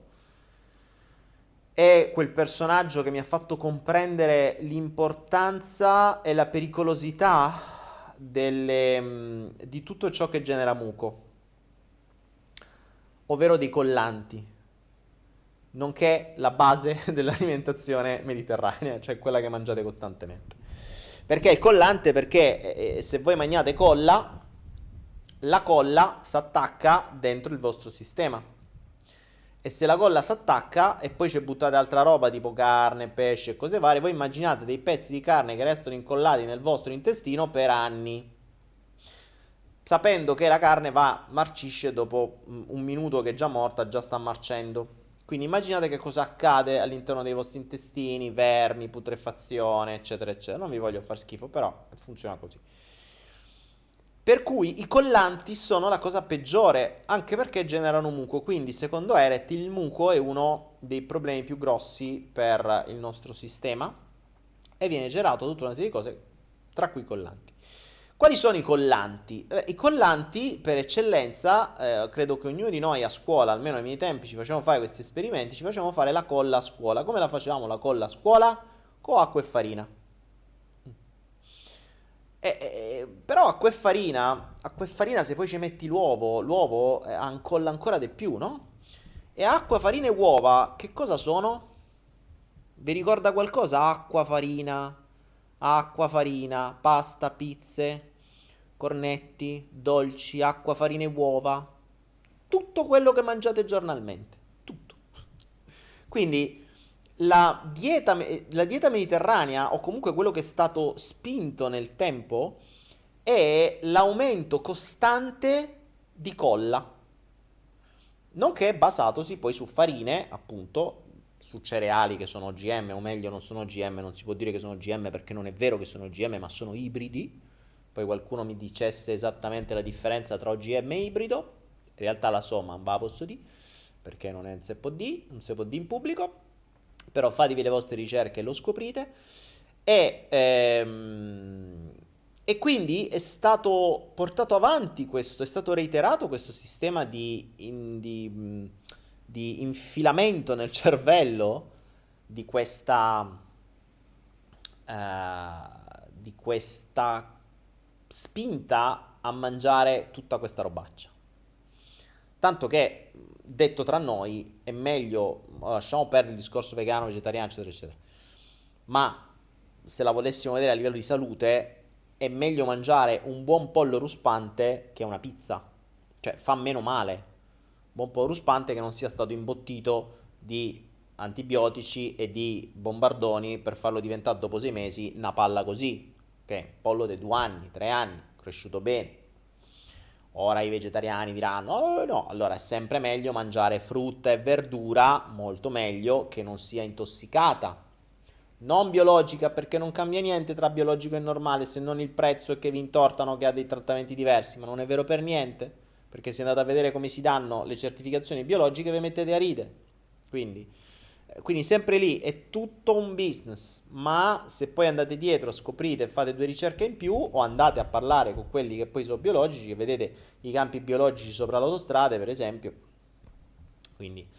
È quel personaggio che mi ha fatto comprendere l'importanza e la pericolosità di tutto ciò che genera muco, ovvero dei collanti, nonché la base dell'alimentazione mediterranea, cioè quella che mangiate costantemente. Perché il collante? Perché se voi mangiate colla, la colla si attacca dentro il vostro sistema. E se la colla si attacca e poi ci buttate altra roba tipo carne, pesce e cose varie, voi immaginate dei pezzi di carne che restano incollati nel vostro intestino per anni, sapendo che la carne marcisce dopo un minuto che è già morta, già sta marcendo. Quindi immaginate che cosa accade all'interno dei vostri intestini, vermi, putrefazione, eccetera, eccetera. Non vi voglio far schifo, però funziona così. Per cui i collanti sono la cosa peggiore, anche perché generano muco. Quindi, secondo Eret, il muco è uno dei problemi più grossi per il nostro sistema e viene generato tutta una serie di cose, tra cui i collanti. Quali sono i collanti? I collanti, per eccellenza, credo che ognuno di noi a scuola, almeno ai miei tempi, ci facevamo fare questi esperimenti, ci facevamo fare la colla a scuola. Come la facevamo la colla a scuola? Con acqua e farina. Però acqua e farina se poi ci metti l'uovo ancolla ancora di più, no? E acqua, farina e uova, che cosa sono? Vi ricorda qualcosa? Acqua, farina, pasta, pizze, cornetti, dolci, acqua, farina e uova. Tutto quello che mangiate giornalmente. Tutto. Quindi la dieta mediterranea, o comunque quello che è stato spinto nel tempo, è l'aumento costante di colla, nonché basatosi poi su farine, appunto, su cereali che sono OGM, o meglio non sono OGM, non si può dire che sono OGM perché non è vero che sono OGM, ma sono ibridi. Poi qualcuno mi dicesse esattamente la differenza tra OGM e ibrido, in realtà la so, ma non ve la posso dire, perché non si può dire, non si può dire in pubblico. Però fatevi le vostre ricerche e lo scoprite. E quindi è stato portato avanti questo, è stato reiterato questo sistema di infilamento nel cervello di questa spinta a mangiare tutta questa robaccia. Tanto che, detto tra noi, è meglio, lasciamo perdere il discorso vegano, vegetariano, eccetera, eccetera. Ma se la volessimo vedere a livello di salute, è meglio mangiare un buon pollo ruspante che una pizza. Cioè, fa meno male. Buon pollo ruspante che non sia stato imbottito di antibiotici e di bombardoni per farlo diventare dopo 6 mesi una palla così. Ok? Pollo di 2 anni, 3 anni, cresciuto bene. Ora i vegetariani diranno, oh no, allora è sempre meglio mangiare frutta e verdura, molto meglio che non sia intossicata. Non biologica, perché non cambia niente tra biologico e normale, se non il prezzo e che vi intortano che ha dei trattamenti diversi, ma non è vero per niente, perché se andate a vedere come si danno le certificazioni biologiche vi mettete a ridere. Quindi sempre lì è tutto un business, ma se poi andate dietro, scoprite e fate 2 ricerche in più o andate a parlare con quelli che poi sono biologici, che vedete i campi biologici sopra le autostrade, per esempio. Quindi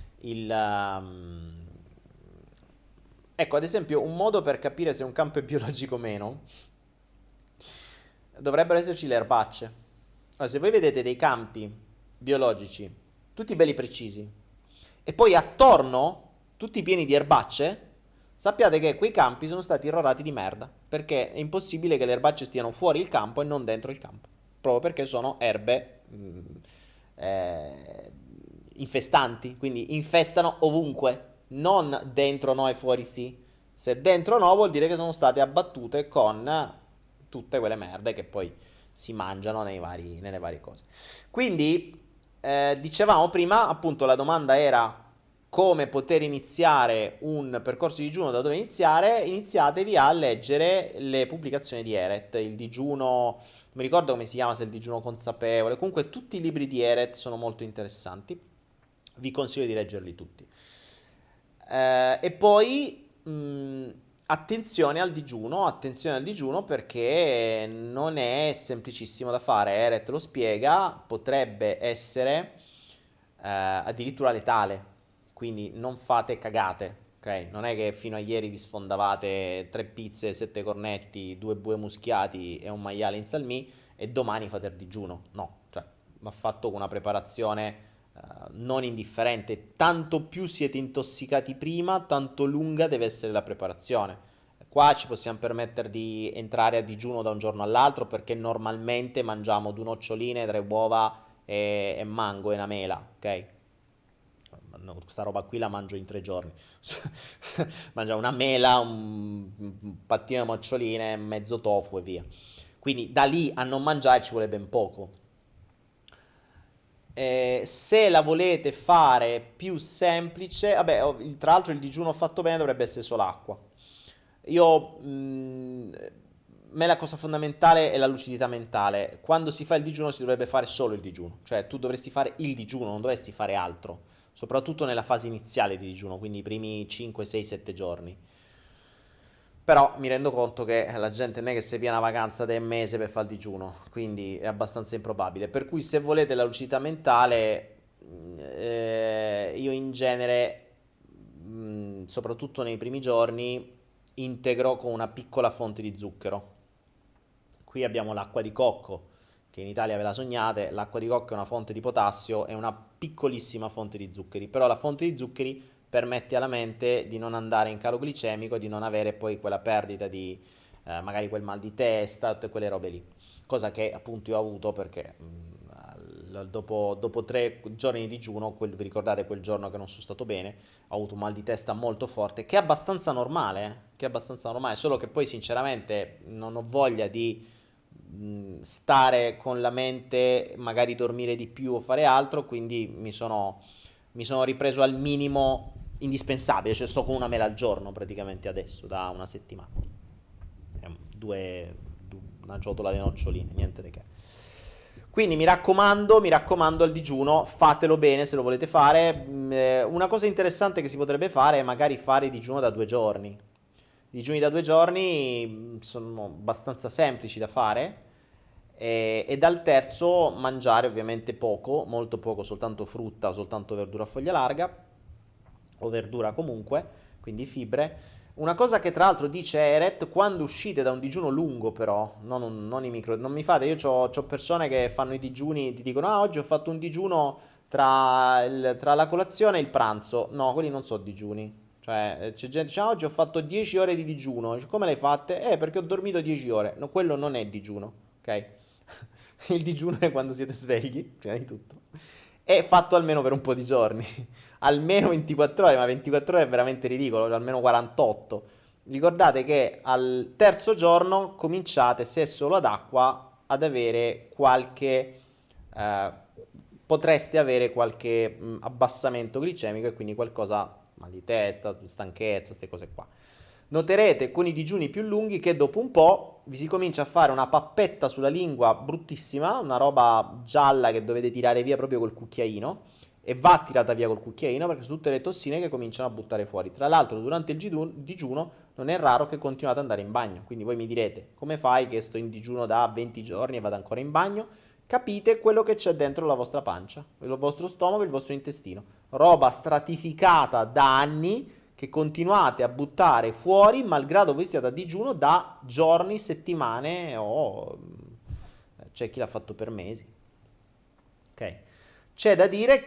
ecco, ad esempio, un modo per capire se un campo è biologico o meno, dovrebbero esserci le erbacce. Allora, se voi vedete dei campi biologici, tutti belli precisi, e poi attorno tutti pieni di erbacce, sappiate che quei campi sono stati irrorati di merda, perché è impossibile che le erbacce stiano fuori il campo e non dentro il campo, proprio perché sono erbe infestanti, quindi infestano ovunque, non dentro no e fuori sì. Se dentro no vuol dire che sono state abbattute con tutte quelle merde che poi si mangiano nelle varie cose. Quindi, dicevamo prima, appunto, la domanda era come poter iniziare un percorso di digiuno, da dove iniziare? Iniziatevi a leggere le pubblicazioni di Eret, il digiuno, non mi ricordo come si chiama, se è il digiuno consapevole, comunque tutti i libri di Eret sono molto interessanti, vi consiglio di leggerli tutti. E poi attenzione al digiuno perché non è semplicissimo da fare. Eret lo spiega, potrebbe essere addirittura letale, quindi non fate cagate, ok? Non è che fino a ieri vi sfondavate 3 pizze, 7 cornetti, 2 bue muschiati e un maiale in salmì e domani fate il digiuno. No, cioè va fatto con una preparazione non indifferente. Tanto più siete intossicati prima, tanto lunga deve essere la preparazione. Qua ci possiamo permettere di entrare a digiuno da un giorno all'altro perché normalmente mangiamo 2 noccioline, 3 uova e mango e una mela, ok? No, questa roba qui la mangio in 3 giorni. Mangio una mela, un pattino di noccioline, mezzo tofu e via. Quindi da lì a non mangiare ci vuole ben poco. Se la volete fare più semplice, vabbè, tra l'altro il digiuno fatto bene dovrebbe essere solo acqua. Io, a me la cosa fondamentale è la lucidità mentale. Quando si fa il digiuno si dovrebbe fare solo il digiuno, cioè tu dovresti fare il digiuno, non dovresti fare altro, soprattutto nella fase iniziale di digiuno, quindi i primi 5, 6, 7 giorni. Però mi rendo conto che la gente non è che si pia una vacanza di un mese per fare il digiuno, quindi è abbastanza improbabile. Per cui se volete la lucidità mentale, io in genere, soprattutto nei primi giorni, integro con una piccola fonte di zucchero. Qui abbiamo l'acqua di cocco, che in Italia ve la sognate, l'acqua di cocco è una fonte di potassio, è una piccolissima fonte di zuccheri, però la fonte di zuccheri permette alla mente di non andare in calo glicemico, di non avere poi quella perdita di magari quel mal di testa, tutte quelle robe lì. Cosa che appunto io ho avuto perché dopo 3 giorni di digiuno, vi ricordate quel giorno che non sono stato bene, ho avuto un mal di testa molto forte, che è abbastanza normale, che è abbastanza normale, solo che poi sinceramente non ho voglia di stare con la mente, magari dormire di più o fare altro, quindi mi sono ripreso al minimo indispensabile, cioè sto con una mela al giorno praticamente adesso, da una settimana. Una ciotola di noccioline, niente di che. Quindi mi raccomando il digiuno, fatelo bene se lo volete fare. Una cosa interessante che si potrebbe fare è magari fare il digiuno da 2 giorni. I digiuni da 2 giorni sono abbastanza semplici da fare e dal terzo mangiare ovviamente poco, molto poco, soltanto frutta o soltanto verdura a foglia larga o verdura comunque, quindi fibre. Una cosa che tra l'altro dice Eret, quando uscite da un digiuno lungo però, non mi fate, io ho persone che fanno i digiuni, ti dicono oggi ho fatto un digiuno tra la colazione e il pranzo. No, quelli non sono digiuni. Cioè c'è gente che dice oggi ho fatto 10 ore di digiuno. Come le hai fatte? Perché ho dormito 10 ore. No, quello non è digiuno, ok? Il digiuno è quando siete svegli, prima di tutto. E fatto almeno per un po' di giorni. Almeno 24 ore, ma 24 ore è veramente ridicolo, cioè almeno 48. Ricordate che al terzo giorno cominciate, se solo ad acqua, ad avere potreste avere qualche abbassamento glicemico e quindi qualcosa, mal di testa, stanchezza, queste cose qua. Noterete con i digiuni più lunghi che dopo un po' vi si comincia a fare una pappetta sulla lingua bruttissima, una roba gialla che dovete tirare via proprio col cucchiaino, e va tirata via col cucchiaino perché sono tutte le tossine che cominciano a buttare fuori. Tra l'altro durante il digiuno non è raro che continuate ad andare in bagno, quindi voi mi direte come fai che sto in digiuno da 20 giorni e vado ancora in bagno? Capite quello che c'è dentro la vostra pancia, il vostro stomaco, il vostro intestino, roba stratificata da anni che continuate a buttare fuori malgrado voi stiate a digiuno da giorni, settimane o c'è chi l'ha fatto per mesi. Ok. C'è da dire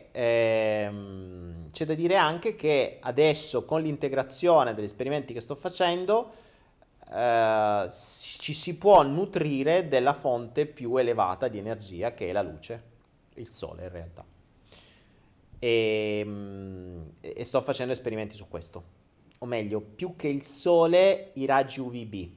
anche che adesso con l'integrazione degli esperimenti che sto facendo ci si può nutrire della fonte più elevata di energia che è la luce, il sole in realtà. E sto facendo esperimenti su questo, o meglio, più che il sole, i raggi UVB,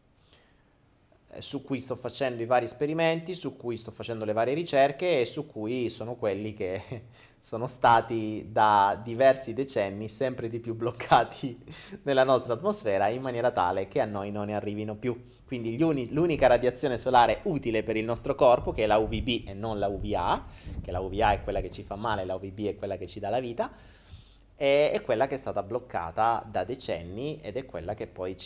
su cui sto facendo i vari esperimenti, su cui sto facendo le varie ricerche e su cui sono quelli che sono stati da diversi decenni sempre di più bloccati nella nostra atmosfera in maniera tale che a noi non ne arrivino più. Quindi l'unica radiazione solare utile per il nostro corpo, che è la UVB e non la UVA, che la UVA è quella che ci fa male, la UVB è quella che ci dà la vita, è quella che è stata bloccata da decenni ed è quella che poi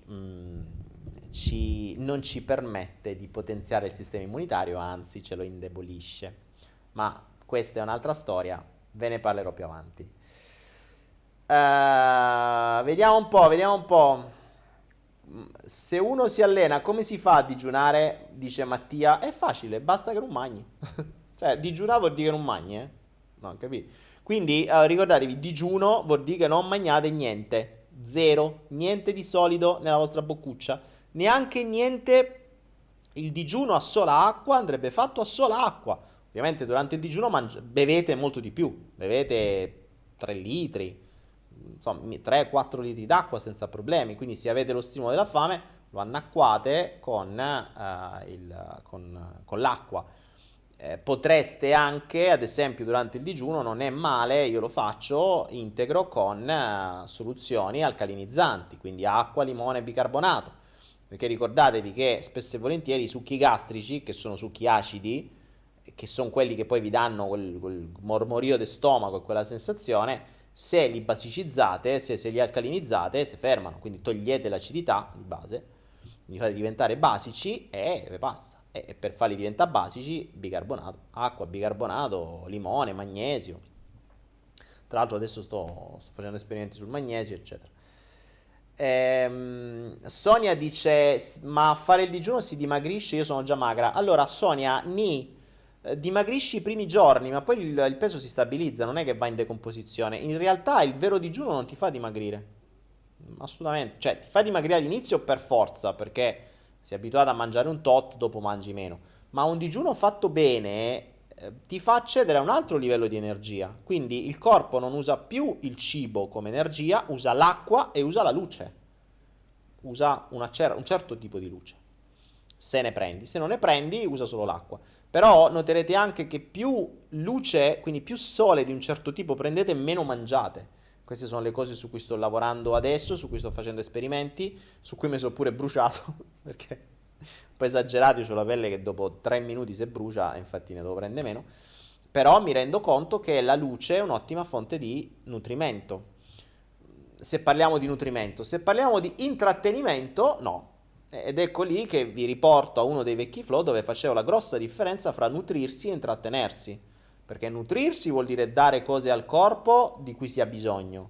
non ci permette di potenziare il sistema immunitario, anzi ce lo indebolisce. Ma questa è un'altra storia, ve ne parlerò più avanti. Vediamo un po', vediamo un po'. Se uno si allena, come si fa a digiunare? Dice Mattia. È facile, basta che non mangi. Cioè, digiunare vuol dire che non mangi, eh? No, capito? Quindi ricordatevi, digiuno vuol dire che non mangiate niente. Zero. Niente di solido nella vostra boccuccia. Neanche niente. Il digiuno a sola acqua andrebbe fatto a sola acqua. Ovviamente durante il digiuno bevete molto di più. Bevete 3 litri, insomma 3-4 litri d'acqua senza problemi. Quindi se avete lo stimolo della fame lo annacquate con l'acqua. Potreste anche, ad esempio, durante il digiuno, non è male, io lo faccio integro con soluzioni alcalinizzanti, quindi acqua, limone e bicarbonato, perché ricordatevi che spesso e volentieri i succhi gastrici, che sono succhi acidi, che sono quelli che poi vi danno quel mormorio di stomaco e quella sensazione, se li basicizzate, se li alcalinizzate, si fermano, quindi togliete l'acidità di base, li fate diventare basici e vi passa. E per farli diventare basici, bicarbonato, acqua, bicarbonato, limone, magnesio. Tra l'altro adesso sto facendo esperimenti sul magnesio, eccetera. Sonia dice, ma a fare il digiuno si dimagrisce? Io sono già magra. Allora, Sonia, dimagrisci i primi giorni, ma poi il peso si stabilizza, non è che va in decomposizione. In realtà il vero digiuno non ti fa dimagrire. Assolutamente. Cioè, ti fa dimagrire all'inizio per forza, perché sei abituato a mangiare un tot, dopo mangi meno. Ma un digiuno fatto bene ti fa accedere a un altro livello di energia. Quindi il corpo non usa più il cibo come energia, usa l'acqua e usa la luce. Usa un certo tipo di luce. Se ne prendi. Se non ne prendi, usa solo l'acqua. Però noterete anche che più luce, quindi più sole di un certo tipo prendete, meno mangiate. Queste sono le cose su cui sto lavorando adesso, su cui sto facendo esperimenti, su cui mi sono pure bruciato, perché un po' esagerato, io ho la pelle che dopo 3 minuti si brucia, e infatti ne devo prendere meno. Però mi rendo conto che la luce è un'ottima fonte di nutrimento. Se parliamo di nutrimento, se parliamo di intrattenimento, no. Ed ecco lì che vi riporto a uno dei vecchi flow dove facevo la grossa differenza fra nutrirsi e intrattenersi. Perché nutrirsi vuol dire dare cose al corpo di cui si ha bisogno.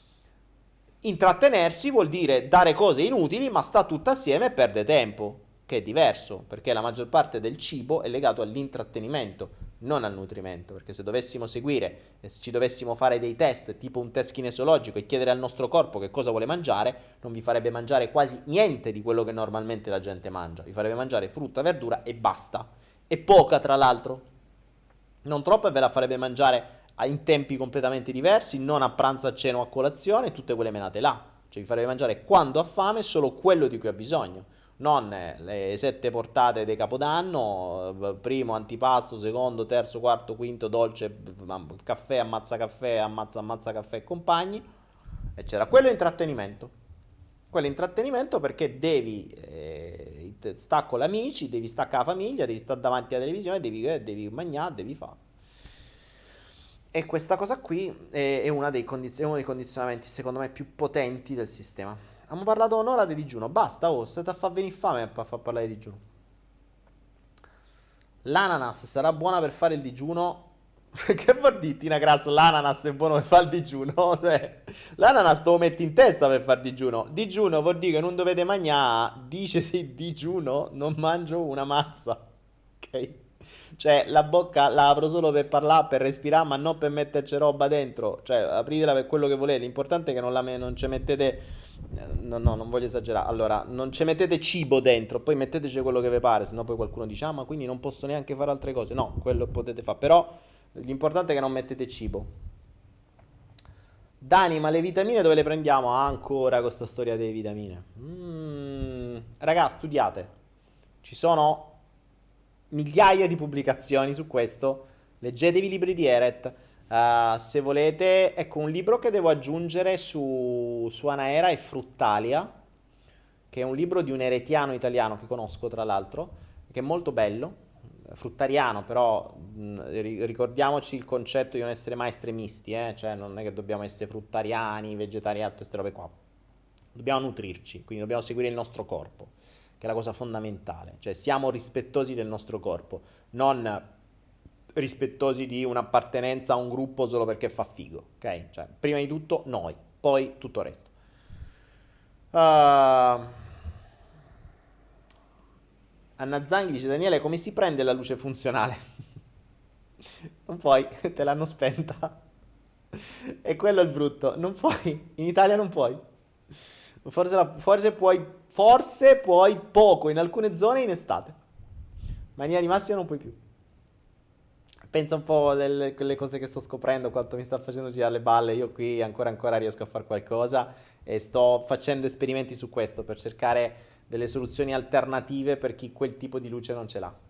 Intrattenersi vuol dire dare cose inutili, ma sta tutto assieme e perde tempo, che è diverso, perché la maggior parte del cibo è legato all'intrattenimento, non al nutrimento, perché se dovessimo seguire e se ci dovessimo fare dei test, tipo un test kinesiologico e chiedere al nostro corpo che cosa vuole mangiare, non vi farebbe mangiare quasi niente di quello che normalmente la gente mangia, vi farebbe mangiare frutta, verdura e basta, e poca tra l'altro. Non troppo, e ve la farebbe mangiare in tempi completamente diversi, non a pranzo, a cena o a colazione, tutte quelle menate là. Cioè vi farebbe mangiare quando ha fame solo quello di cui ha bisogno, non le 7 portate di Capodanno, primo antipasto, secondo, terzo, quarto, quinto, dolce, caffè, ammazza caffè e compagni. E c'era quello intrattenimento. Quello intrattenimento perché sta con gli amici, devi staccare la famiglia, devi stare davanti alla televisione, devi mangiare, devi fare. E questa cosa qui è uno dei condizionamenti secondo me più potenti del sistema. Abbiamo parlato un'ora di digiuno, basta, state a far venire fame per far parlare di digiuno. L'ananas sarà buona per fare il digiuno? Che vuol dire, Tina Grass, l'ananas è buono per fare il digiuno? Cioè, l'ananas te lo metti in testa per fare digiuno. Digiuno vuol dire che non dovete mangiare, dice sì, digiuno, non mangio una mazza. Ok? Cioè, la bocca la apro solo per parlare, per respirare, ma non per metterci roba dentro. Cioè, apritela per quello che volete. L'importante è che non ci mettete... No, non voglio esagerare. Allora, non ci mettete cibo dentro, poi metteteci quello che vi pare, sennò poi qualcuno dice, ah, ma quindi non posso neanche fare altre cose. No, quello potete fare. Però l'importante è che non mettete cibo. Dani, ma le vitamine dove le prendiamo? Ah, ancora questa storia delle vitamine. Ragazzi, studiate. Ci sono migliaia di pubblicazioni su questo. Leggetevi i libri di Eret. Se volete, ecco un libro che devo aggiungere su Anaera è Fruttalia, che è un libro di un eretiano italiano che conosco tra l'altro, che è molto bello. fruttariano, però ricordiamoci il concetto di non essere mai estremisti, cioè non è che dobbiamo essere fruttariani, vegetariani, tutte queste robe qua. Dobbiamo nutrirci, quindi dobbiamo seguire il nostro corpo, che è la cosa fondamentale, cioè siamo rispettosi del nostro corpo, non rispettosi di un'appartenenza a un gruppo solo perché fa figo, ok? Cioè, prima di tutto noi, poi tutto il resto. Anna Zanghi dice: Daniele, come si prende la luce funzionale? Non puoi, te l'hanno spenta. E quello è il brutto. Non puoi, in Italia non puoi. Forse puoi poco in alcune zone in estate. Ma in linea di massima non puoi più. Pensa un po' quelle cose che sto scoprendo, quanto mi sta facendo girare le balle. Io qui ancora riesco a fare qualcosa e sto facendo esperimenti su questo per cercare delle soluzioni alternative per chi quel tipo di luce non ce l'ha.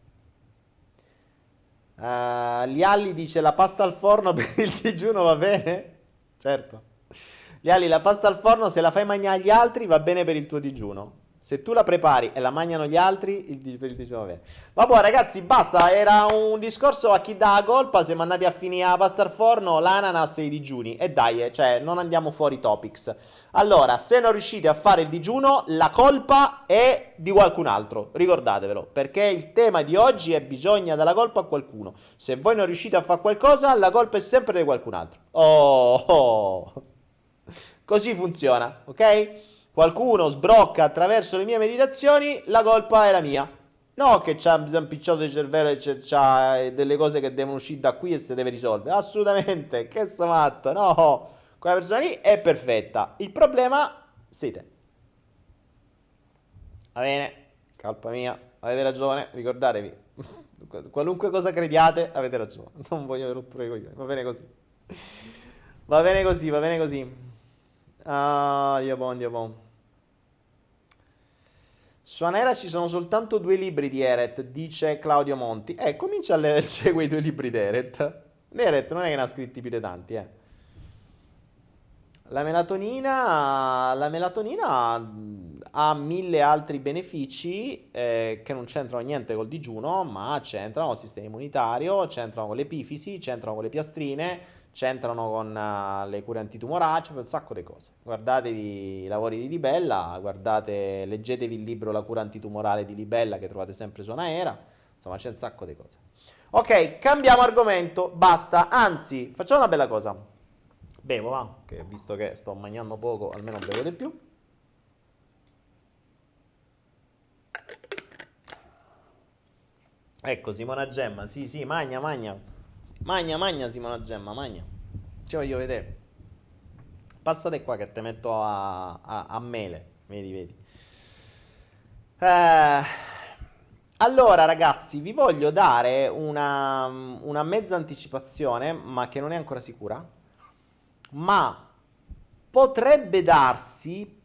Lialli dice: la pasta al forno per il digiuno va bene? Certo. Lialli, la pasta al forno se la fai mangiare agli altri va bene per il tuo digiuno. Se tu la prepari e la mangiano gli altri, per il digiuno va bene. Vabbè ragazzi, basta, era un discorso a chi dà la colpa. Siamo andati a finire la pasta al forno, l'ananas e i digiuni. E dai, cioè non andiamo fuori topics. Allora, se non riuscite a fare il digiuno, la colpa è di qualcun altro, ricordatevelo, perché il tema di oggi è: bisogna dare la colpa a qualcuno. Se voi non riuscite a fare qualcosa, la colpa è sempre di qualcun altro. Oh. Così funziona, ok? Qualcuno sbrocca attraverso le mie meditazioni, la colpa è la mia. No, che c'ha un picciotto di cervello e c'ha delle cose che devono uscire da qui e si deve risolvere. Assolutamente, che sto matto, no. Quella persona lì è perfetta. Il problema siete. Va bene, colpa mia, avete ragione, ricordatevi. Qualunque cosa crediate, avete ragione. Non voglio rotture i coglioni, va bene così. Va bene così, va bene così. Ah, Dio buon. Su Anera ci sono soltanto 2 libri di Eret, dice Claudio Monti. Comincia a leggerci quei 2 libri di Eret. Eret non è che ne ha scritti più di tanti, La melatonina ha 1000 altri benefici che non c'entrano niente col digiuno, ma c'entrano con il sistema immunitario, c'entrano con l'epifisi, c'entrano con le piastrine, c'entrano con le cure antitumorali, c'è un sacco di cose. Guardatevi i lavori di Libella, leggetevi il libro La cura antitumorale di Libella che trovate sempre su Anaera, insomma c'è un sacco di cose. Ok, cambiamo argomento, basta, anzi, facciamo una bella cosa. Bevo, va, che visto che sto mangiando poco, almeno bevo di più. Ecco, Simona Gemma, sì, magna Simona Gemma, magna. Ci voglio vedere. Passate qua che te metto a mele, vedi. Allora ragazzi, vi voglio dare una mezza anticipazione, ma che non è ancora sicura. Ma potrebbe darsi,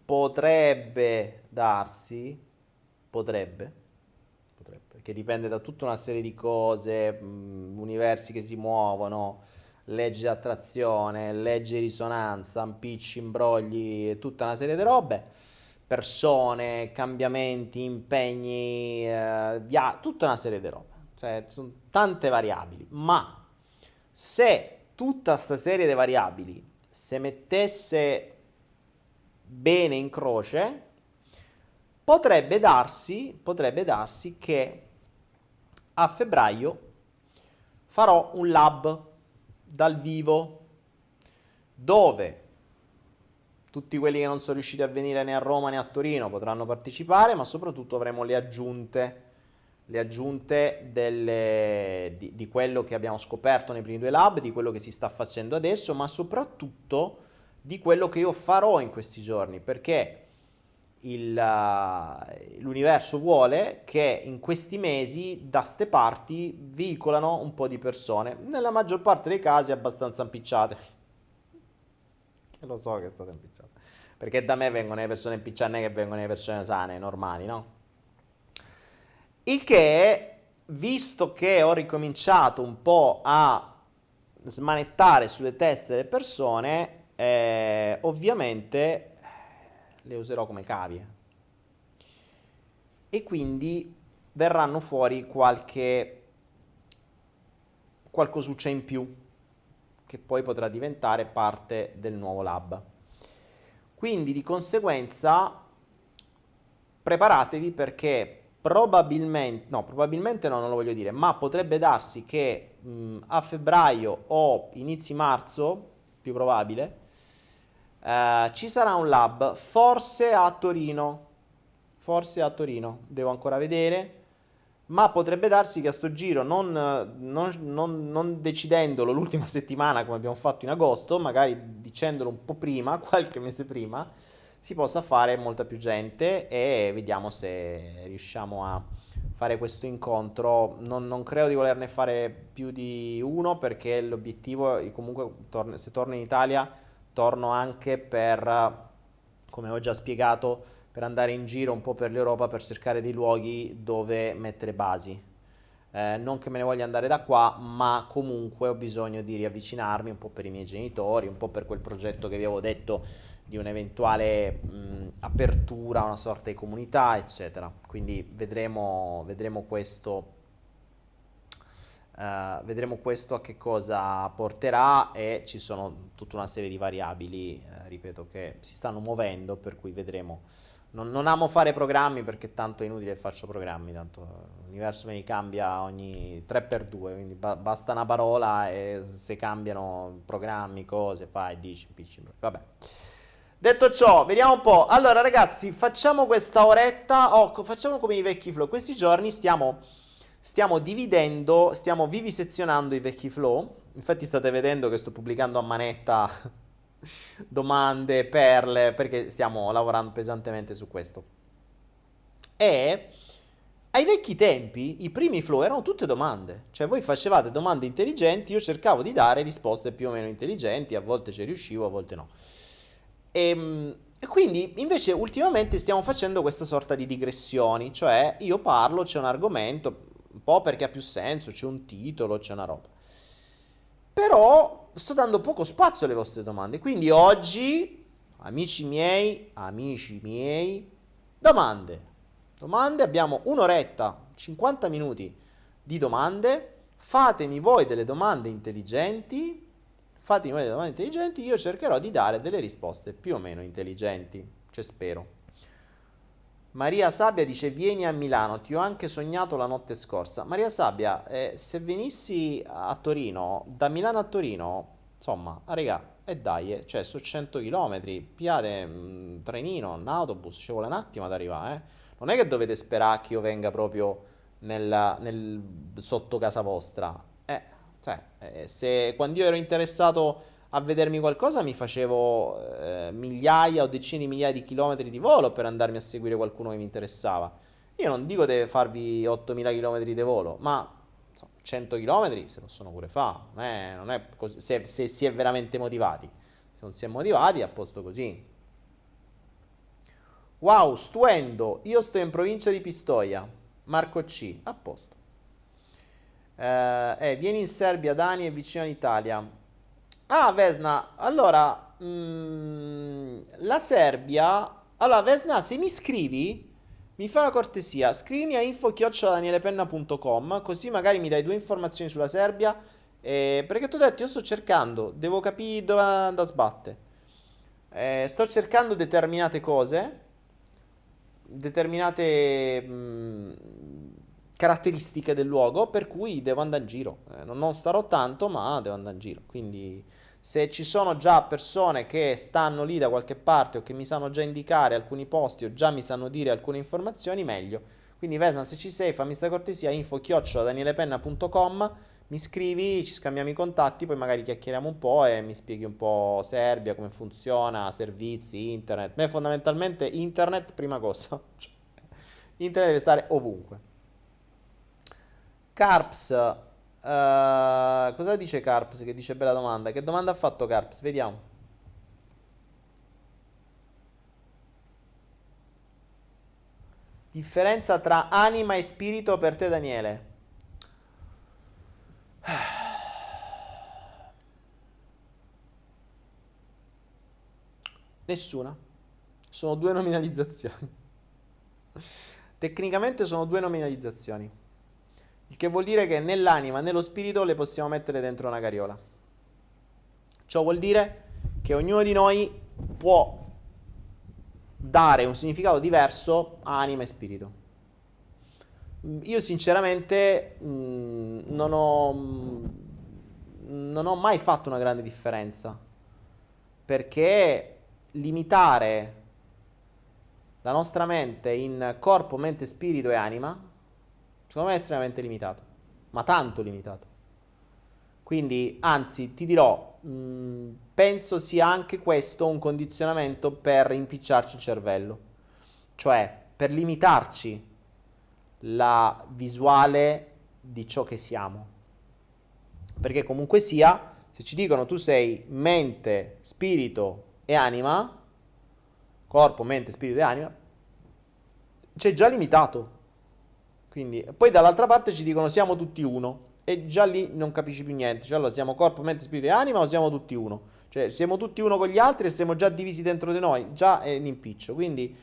che dipende da tutta una serie di cose, universi che si muovono, legge di attrazione, legge di risonanza, impicci, imbrogli, e tutta una serie di robe, persone, cambiamenti, impegni, tutta una serie di robe, cioè sono tante variabili, ma se tutta questa serie di variabili se mettesse bene in croce, potrebbe darsi che a febbraio farò un lab dal vivo dove tutti quelli che non sono riusciti a venire né a Roma né a Torino potranno partecipare, ma soprattutto avremo le aggiunte di quello che abbiamo scoperto nei primi 2 lab, di quello che si sta facendo adesso, ma soprattutto di quello che io farò in questi giorni, perché l'universo vuole che in questi mesi da ste parti veicolano un po' di persone, nella maggior parte dei casi abbastanza impicciate. Che lo so che state impicciate, perché da me vengono le persone impicciate, non è che vengono le persone sane, normali, no? Il che, visto che ho ricominciato un po' a smanettare sulle teste delle persone, ovviamente le userò come cavie. E quindi verranno fuori qualche qualcosuccia in più che poi potrà diventare parte del nuovo lab. Quindi di conseguenza preparatevi perché probabilmente no, non lo voglio dire, ma potrebbe darsi che a febbraio o inizi marzo, più probabile, ci sarà un lab, forse a Torino, devo ancora vedere, ma potrebbe darsi che a sto giro, non decidendolo l'ultima settimana come abbiamo fatto in agosto, magari dicendolo un po' prima, qualche mese prima, si possa fare molta più gente e vediamo se riusciamo a fare questo incontro. Non credo di volerne fare più di uno perché l'obiettivo, comunque, se torno in Italia, torno anche per, come ho già spiegato, per andare in giro un po' per l'Europa per cercare dei luoghi dove mettere basi. Non che me ne voglia andare da qua, ma comunque ho bisogno di riavvicinarmi un po' per i miei genitori, un po' per quel progetto che vi avevo detto di un'eventuale apertura a una sorta di comunità, eccetera. Quindi vedremo questo. Vedremo questo a che cosa porterà e ci sono tutta una serie di variabili, ripeto, che si stanno muovendo, per cui vedremo. Non amo fare programmi perché tanto è inutile che faccio programmi, tanto l'universo me li cambia ogni 3x2, quindi basta una parola e se cambiano programmi, cose, fai, dici, impicci, vabbè. Detto ciò, vediamo un po'. Allora ragazzi, facciamo questa oretta, facciamo come i vecchi flow. Questi giorni stiamo dividendo, stiamo vivisezionando i vecchi flow. Infatti state vedendo che sto pubblicando a manetta domande, perle, perché stiamo lavorando pesantemente su questo. E ai vecchi tempi i primi flow erano tutte domande, cioè voi facevate domande intelligenti, io cercavo di dare risposte più o meno intelligenti, a volte ci riuscivo, a volte no. E quindi invece ultimamente stiamo facendo questa sorta di digressioni, cioè io parlo, c'è un argomento, un po' perché ha più senso, c'è un titolo, c'è una roba. Però sto dando poco spazio alle vostre domande, quindi oggi, amici miei, domande, abbiamo un'oretta, 50 minuti di domande, fatemi voi delle domande intelligenti, io cercherò di dare delle risposte più o meno intelligenti, cioè spero. Maria Sabbia dice vieni a Milano, ti ho anche sognato la notte scorsa. Maria Sabbia, se venissi a Torino, da Milano a Torino, insomma, raga, e dai, cioè sono 100 km, piate un trenino, un autobus, ci vuole un attimo ad arrivare, Non è che dovete sperare che io venga proprio sotto casa vostra. Se quando io ero interessato a vedermi qualcosa mi facevo migliaia o decine di migliaia di chilometri di volo per andarmi a seguire qualcuno che mi interessava. Io non dico deve farvi 8000 chilometri di volo, ma insomma, 100 chilometri se possono pure fare. Non è così, se si è veramente motivati. Se non si è motivati, è a posto così. Wow, stupendo. Io sto in provincia di Pistoia. Marco C. A posto. Vieni in Serbia, Dani, è vicino all'Italia. Ah, Vesna, allora, la Serbia... Allora, Vesna, se mi scrivi, mi fa una cortesia, scrivimi a info@danielepenna.com, così magari mi dai 2 informazioni sulla Serbia, perché ti ho detto, io sto cercando, devo capire dove andare a sbattere. Sto cercando determinate cose, determinate caratteristiche del luogo, per cui devo andare in giro. Non starò tanto, ma devo andare in giro. Quindi se ci sono già persone che stanno lì da qualche parte o che mi sanno già indicare alcuni posti o già mi sanno dire alcune informazioni, meglio. Quindi Vesna, se ci sei, fammi sta cortesia, info@danielepenna.com, mi scrivi, ci scambiamo i contatti, poi magari chiacchieriamo un po' e mi spieghi un po' Serbia, come funziona, servizi, internet. Me fondamentalmente internet, prima cosa. Internet deve stare ovunque. Carps, cosa dice Carps? Che dice bella domanda. Che domanda ha fatto Carps? Vediamo. Differenza tra anima e spirito per te, Daniele? Nessuna. Sono 2 nominalizzazioni. Tecnicamente sono 2 nominalizzazioni. Il che vuol dire che nell'anima, nello spirito le possiamo mettere dentro una carriola. Ciò vuol dire che ognuno di noi può dare un significato diverso a anima e spirito. Io sinceramente non ho mai fatto una grande differenza, perché limitare la nostra mente in corpo, mente, spirito e anima, secondo me è estremamente limitato, ma tanto limitato. Quindi, anzi, ti dirò, penso sia anche questo un condizionamento per impicciarci il cervello, cioè per limitarci la visuale di ciò che siamo. Perché comunque sia, se ci dicono tu sei mente, spirito e anima, corpo, mente, spirito e anima, c'è già limitato. Quindi, poi dall'altra parte ci dicono siamo tutti uno, e già lì non capisci più niente. Cioè, allora siamo corpo, mente, spirito e anima o siamo tutti uno? Cioè, siamo tutti uno con gli altri e siamo già divisi dentro di noi, già è un impiccio. Quindi,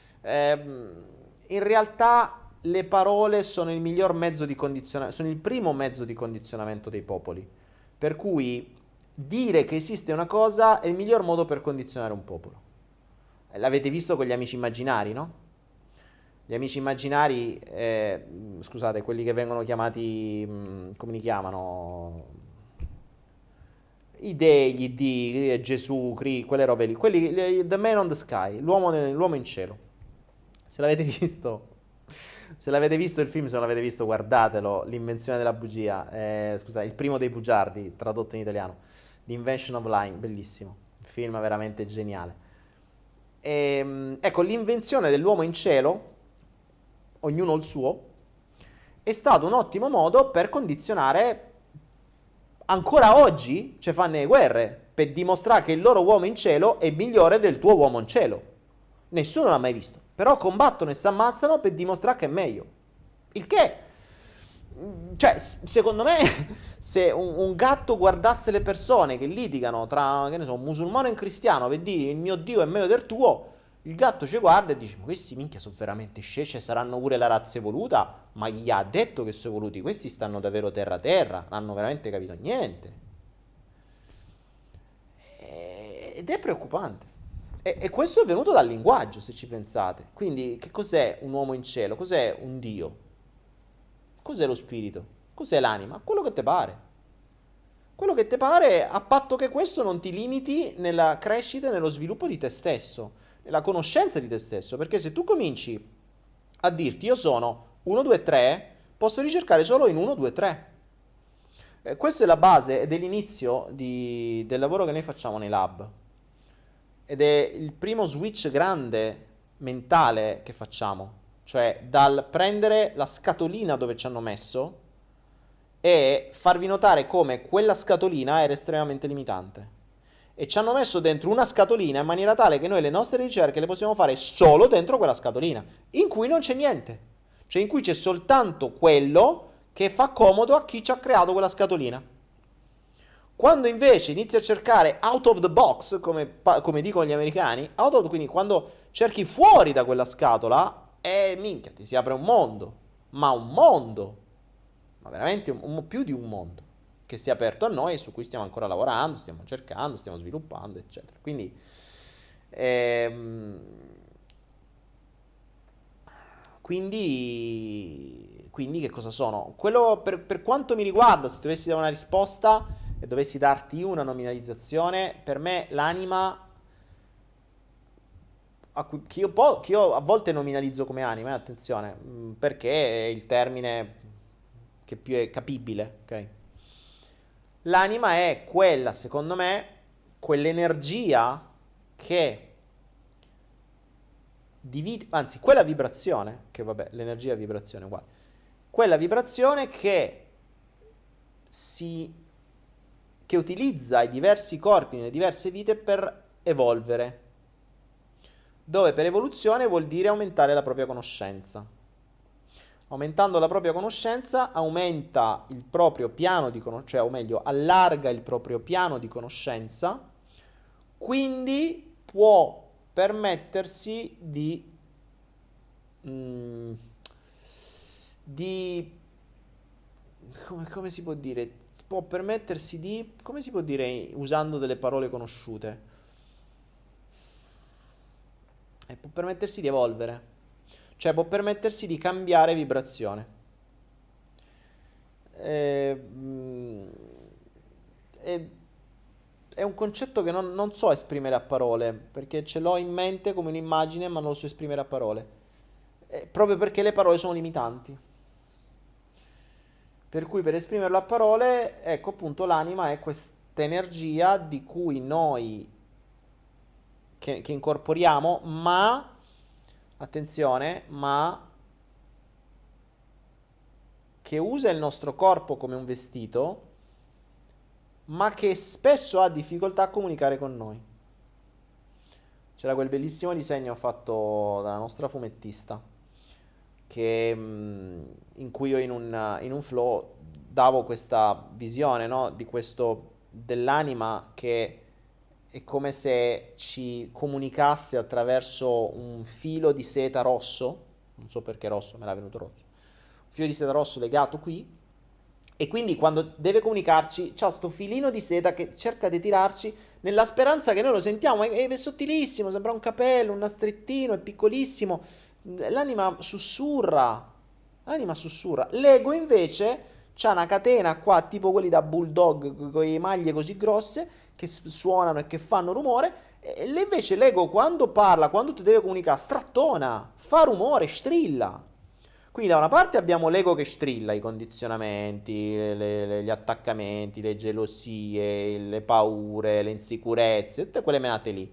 in realtà le parole sono il miglior mezzo di condizionamento, sono il primo mezzo di condizionamento dei popoli. Per cui dire che esiste una cosa è il miglior modo per condizionare un popolo. L'avete visto con gli amici immaginari, no? Gli amici immaginari, scusate, quelli che vengono chiamati, come li chiamano? I dei, gli dei, Gesù, quelle robe lì. The Man on the Sky, l'uomo in cielo. Se l'avete visto, se l'avete visto il film, se non l'avete visto, guardatelo. L'invenzione della bugia, scusate, il primo dei bugiardi, tradotto in italiano. The Invention of Lying, bellissimo. Un film veramente geniale. Ecco, l'invenzione dell'uomo in cielo, ognuno il suo, è stato un ottimo modo per condizionare, ancora oggi ci fanno le guerre per dimostrare che il loro uomo in cielo è migliore del tuo uomo in cielo. Nessuno l'ha mai visto, però combattono e si ammazzano per dimostrare che è meglio. Il che, cioè, secondo me, se un gatto guardasse le persone che litigano tra, che ne so, un musulmano e un cristiano per dire il mio Dio è meglio del tuo, il gatto ci guarda e dice: ma questi minchia sono veramente scece, saranno pure la razza evoluta? Ma chi ha detto che sono evoluti? Questi stanno davvero terra terra, non hanno veramente capito niente. Ed è preoccupante. E questo è venuto dal linguaggio, se ci pensate. Quindi, che cos'è un uomo in cielo? Cos'è un Dio? Cos'è lo spirito? Cos'è l'anima? Quello che ti pare. Quello che ti pare, a patto che questo non ti limiti nella crescita e nello sviluppo di te stesso, nella conoscenza di te stesso. Perché se tu cominci a dirti io sono 1, 2, 3, posso ricercare solo in 1, 2, 3. Questa è la base ed è l'inizio del lavoro che noi facciamo nei lab. Ed è il primo switch grande mentale che facciamo. Cioè dal prendere la scatolina dove ci hanno messo e farvi notare come quella scatolina era estremamente limitante. E ci hanno messo dentro una scatolina in maniera tale che noi le nostre ricerche le possiamo fare solo dentro quella scatolina, in cui non c'è niente. Cioè in cui c'è soltanto quello che fa comodo a chi ci ha creato quella scatolina. Quando invece inizi a cercare out of the box, come dicono gli americani, quindi quando cerchi fuori da quella scatola, minchia, ti si apre un mondo, ma veramente più di un mondo, che si è aperto a noi e su cui stiamo ancora lavorando, stiamo cercando, stiamo sviluppando, eccetera. Quindi che cosa sono? Quello per quanto mi riguarda, se dovessi dare una risposta e dovessi darti una nominalizzazione, per me l'anima, che io a volte nominalizzo come anima, attenzione, perché è il termine che più è capibile, ok? L'anima è quella, secondo me, quell'energia che divide, anzi, quella vibrazione, che vabbè, l'energia è vibrazione uguale, quella vibrazione che utilizza i diversi corpi nelle diverse vite per evolvere, dove per evoluzione vuol dire aumentare la propria conoscenza. Aumentando la propria conoscenza aumenta il proprio piano di conoscenza, cioè o meglio allarga il proprio piano di conoscenza, quindi può permettersi di come si può dire? Può permettersi di, come si può dire usando delle parole conosciute? Può permettersi di evolvere, cioè può permettersi di cambiare vibrazione. Eh, mm, è, è un concetto che non so esprimere a parole, perché ce l'ho in mente come un'immagine, ma non lo so esprimere a parole. Proprio perché le parole sono limitanti. Per cui per esprimerlo a parole, ecco appunto l'anima è questa energia di cui noi che incorporiamo, ma attenzione, ma che usa il nostro corpo come un vestito, ma che spesso ha difficoltà a comunicare con noi. C'era quel bellissimo disegno fatto dalla nostra fumettista, in cui io in un flow davo questa visione, no? Di questo dell'anima che è come se ci comunicasse attraverso un filo di seta rosso, non so perché rosso, me l'ha venuto rosso, un filo di seta rosso legato qui, e quindi quando deve comunicarci c'ha sto filino di seta che cerca di tirarci nella speranza che noi lo sentiamo, è sottilissimo, sembra un capello, un nastrettino, è piccolissimo, l'anima sussurra, l'ego invece c'ha una catena qua tipo quelli da bulldog con le maglie così grosse che suonano e che fanno rumore, e invece l'ego quando parla, quando ti deve comunicare, strattona, fa rumore, strilla. Quindi da una parte abbiamo l'ego che strilla, i condizionamenti, gli attaccamenti, le gelosie, le paure, le insicurezze, tutte quelle menate lì.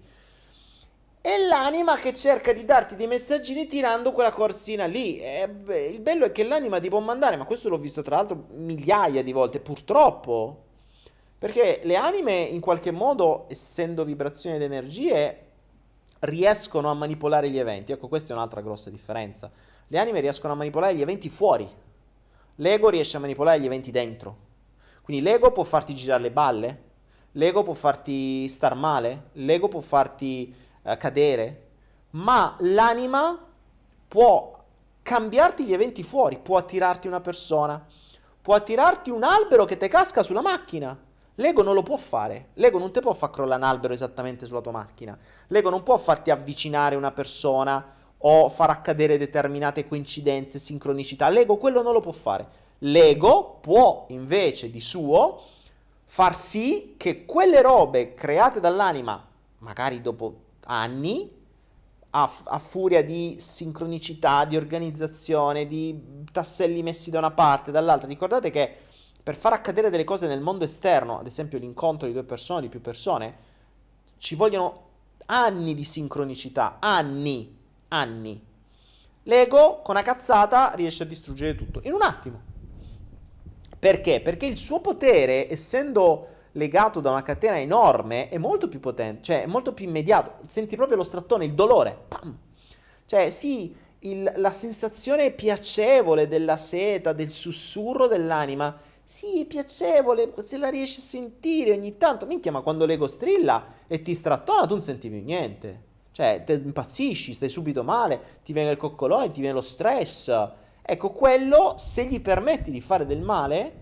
E l'anima che cerca di darti dei messaggini tirando quella corsina lì. E, beh, il bello è che l'anima ti può mandare, ma questo l'ho visto tra l'altro migliaia di volte, purtroppo. Perché le anime in qualche modo, essendo vibrazioni ed energie, riescono a manipolare gli eventi. Ecco, questa è un'altra grossa differenza. Le anime riescono a manipolare gli eventi fuori. L'ego riesce a manipolare gli eventi dentro. Quindi l'ego può farti girare le balle, l'ego può farti star male, l'ego può farti cadere, ma l'anima può cambiarti gli eventi fuori, può attirarti una persona, può attirarti un albero che ti casca sulla macchina. L'ego non lo può fare, l'ego non ti può far crollare un albero esattamente sulla tua macchina, l'ego non può farti avvicinare una persona o far accadere determinate coincidenze, sincronicità, l'ego quello non lo può fare. L'ego può invece di suo far sì che quelle robe create dall'anima, magari dopo anni, a furia di sincronicità, di organizzazione, di tasselli messi da una parte e dall'altra. Ricordate che per far accadere delle cose nel mondo esterno, ad esempio l'incontro di due persone, di più persone, ci vogliono anni di sincronicità, anni. L'ego con una cazzata riesce a distruggere tutto in un attimo. Perché? Perché il suo potere, essendo legato da una catena enorme, è molto più potente, cioè è molto più immediato. Senti proprio lo strattone, il dolore. Pam! Cioè, sì, la sensazione piacevole della seta, del sussurro dell'anima, sì, è piacevole, se la riesci a sentire ogni tanto. Minchia, ma quando l'ego strilla e ti strattona, tu non senti più niente. Cioè, te impazzisci, stai subito male, ti viene il coccolone, ti viene lo stress. Ecco, quello, se gli permetti di fare del male,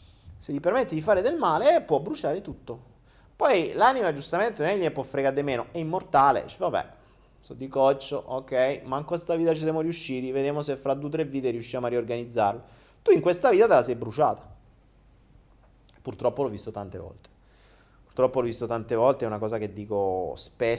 può bruciare tutto. Poi l'anima, giustamente, non è che gliene può fregare di meno, è immortale. Dice, vabbè, so di coccio, ok, manco a sta vita ci siamo riusciti, vediamo se fra 2 o 3 vite riusciamo a riorganizzarlo. Tu in questa vita te la sei bruciata. Purtroppo l'ho visto tante volte. È una cosa che dico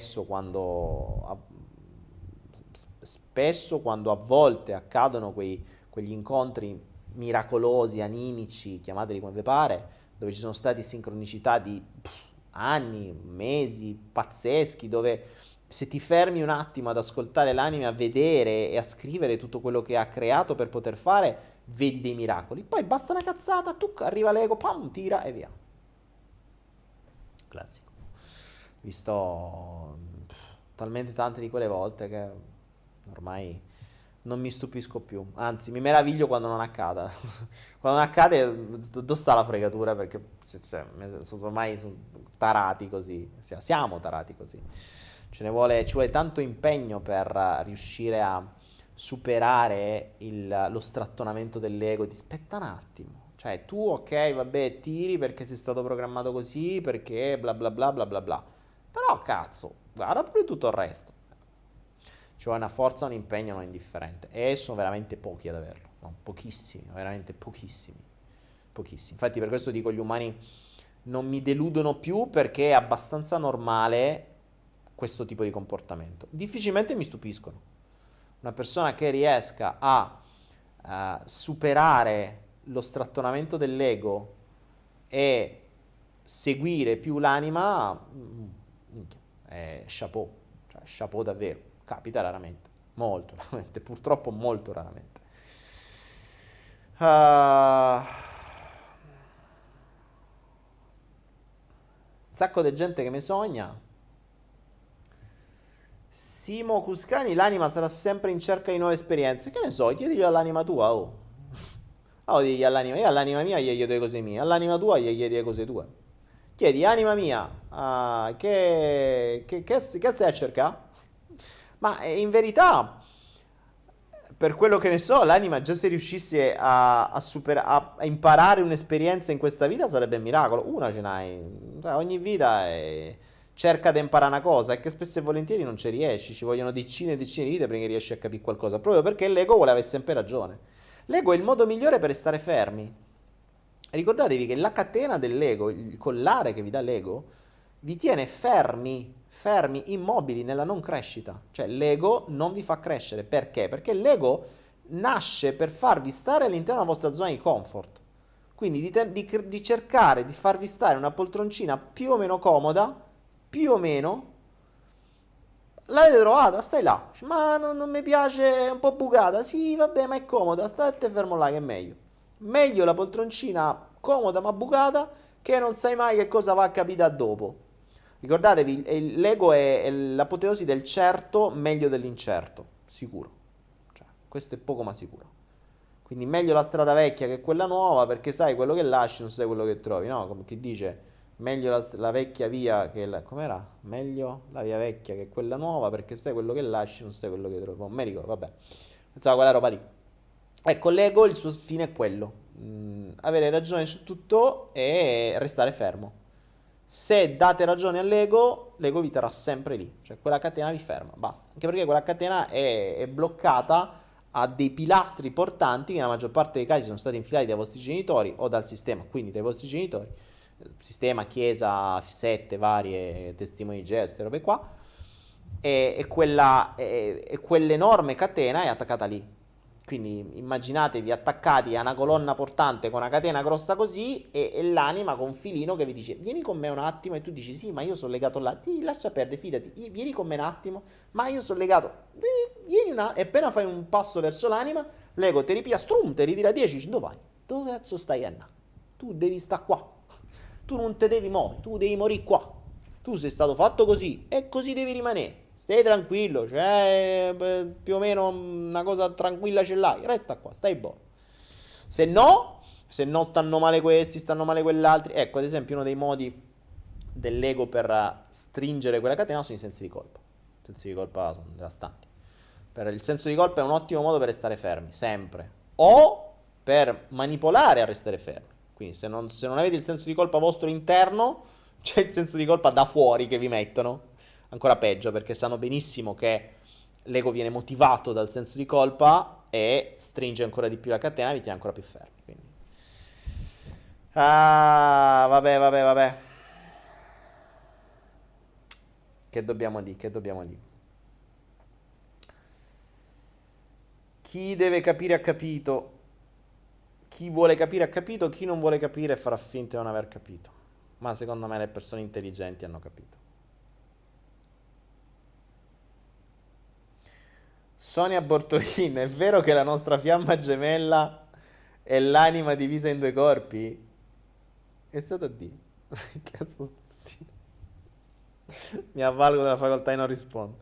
spesso quando a volte accadono quegli incontri miracolosi, animici, chiamateli come vi pare, dove ci sono stati sincronicità di anni, mesi, pazzeschi, dove se ti fermi un attimo ad ascoltare l'anima, a vedere e a scrivere tutto quello che ha creato per poter fare, vedi dei miracoli. Poi basta una cazzata, arriva l'ego, pam, tira e via. Classico. Visto talmente tante di quelle volte che ormai non mi stupisco più. Anzi, mi meraviglio quando non accada. Quando non accade, dove sta la fregatura? Perché ormai sono tarati così. Siamo tarati così. Ci vuole tanto impegno per riuscire a superare lo strattonamento dell'ego, ti aspetta un attimo. Cioè, tu, ok, vabbè, tiri perché sei stato programmato così, perché bla bla bla bla bla bla. Però, cazzo, guarda pure tutto il resto. Ci vuole una forza, un impegno non indifferente. E sono veramente pochi ad averlo. No, pochissimi, veramente pochissimi. Pochissimi. Infatti, per questo dico, gli umani non mi deludono più perché è abbastanza normale questo tipo di comportamento. Difficilmente mi stupiscono. Una persona che riesca a superare lo strattonamento dell'ego e seguire più l'anima, minchia, è chapeau, cioè chapeau davvero, capita raramente, molto raramente, purtroppo molto raramente. Un sacco di gente che mi sogna. Simo Cuscani, l'anima sarà sempre in cerca di nuove esperienze. Che ne so, chiediglielo all'anima tua, oh. Oh, digli all'anima, io all'anima mia gli chiedo le cose mie, all'anima tua gli chiedi le cose tue. Chiedi, anima mia, che stai a cercare? Ma in verità, per quello che ne so, l'anima già se riuscisse a imparare un'esperienza in questa vita sarebbe un miracolo. Una ce n'hai, cioè, ogni vita cerca di imparare una cosa e che spesso e volentieri non ci riesci, ci vogliono decine e decine di vite prima che riesci a capire qualcosa, proprio perché l'ego vuole avere sempre ragione. L'ego è il modo migliore per restare fermi. Ricordatevi che la catena dell'ego, il collare che vi dà l'ego, vi tiene fermi, immobili nella non crescita. Cioè l'ego non vi fa crescere. Perché? Perché l'ego nasce per farvi stare all'interno della vostra zona di comfort. Quindi di cercare di farvi stare in una poltroncina più o meno comoda, più o meno, l'avete trovata, stai là. Ma non mi piace, è un po' bucata. Sì, vabbè, ma è comoda, state fermo là che è meglio. Meglio la poltroncina comoda ma bucata che non sai mai che cosa va a capitare dopo. Ricordatevi, l'ego è l'apoteosi del certo meglio dell'incerto, sicuro. Cioè, questo è poco ma sicuro. Quindi meglio la strada vecchia che quella nuova perché sai quello che lasci, non sai quello che trovi, no? Come chi dice, meglio la vecchia via che la... Com'era? Meglio la via vecchia che quella nuova perché sai quello che lasci, non sai quello che trovi. Non mi ricordo, vabbè. Pensavo quella roba lì. Ecco, l'ego, il suo fine è quello, avere ragione su tutto e restare fermo. Se date ragione all'ego, l'ego vi terrà sempre lì, cioè quella catena vi ferma, basta. Anche perché quella catena è bloccata a dei pilastri portanti che nella maggior parte dei casi sono stati infilati dai vostri genitori o dal sistema, quindi dai vostri genitori, sistema, chiesa, sette, varie testimoni di Gesù, queste robe qua, e quell'enorme catena è attaccata lì. Quindi immaginatevi attaccati a una colonna portante con una catena grossa così e l'anima con un filino che vi dice vieni con me un attimo e tu dici sì ma io sono legato là, lascia perdere, fidati, vieni con me un attimo, ma io sono legato, e appena fai un passo verso l'anima l'ego ti ripia, strum, ti ritira 10, dici dove vai? Dove cazzo stai a andare? Tu devi stare qua, tu non te devi muovere, tu devi morire qua, tu sei stato fatto così e così devi rimanere. Stai tranquillo, cioè più o meno una cosa tranquilla ce l'hai, resta qua, stai buono. Se no stanno male questi, stanno male quell'altri. Ecco, ad esempio, uno dei modi dell'ego per stringere quella catena sono i sensi di colpa. I sensi di colpa sono devastanti. Il senso di colpa è un ottimo modo per restare fermi, sempre. O per manipolare a restare fermi. Quindi se non avete il senso di colpa vostro interno, c'è il senso di colpa da fuori che vi mettono. Ancora peggio perché sanno benissimo che l'ego viene motivato dal senso di colpa e stringe ancora di più la catena e vi tiene ancora più fermi. Quindi. Vabbè. Che dobbiamo dire? Chi deve capire ha capito. Chi vuole capire ha capito. Chi non vuole capire farà finta di non aver capito. Ma secondo me le persone intelligenti hanno capito. Sonia Bortolin, è vero che la nostra fiamma gemella è l'anima divisa in due corpi? È stato a dire. Cazzo sto a dire? Mi avvalgo della facoltà di non rispondere.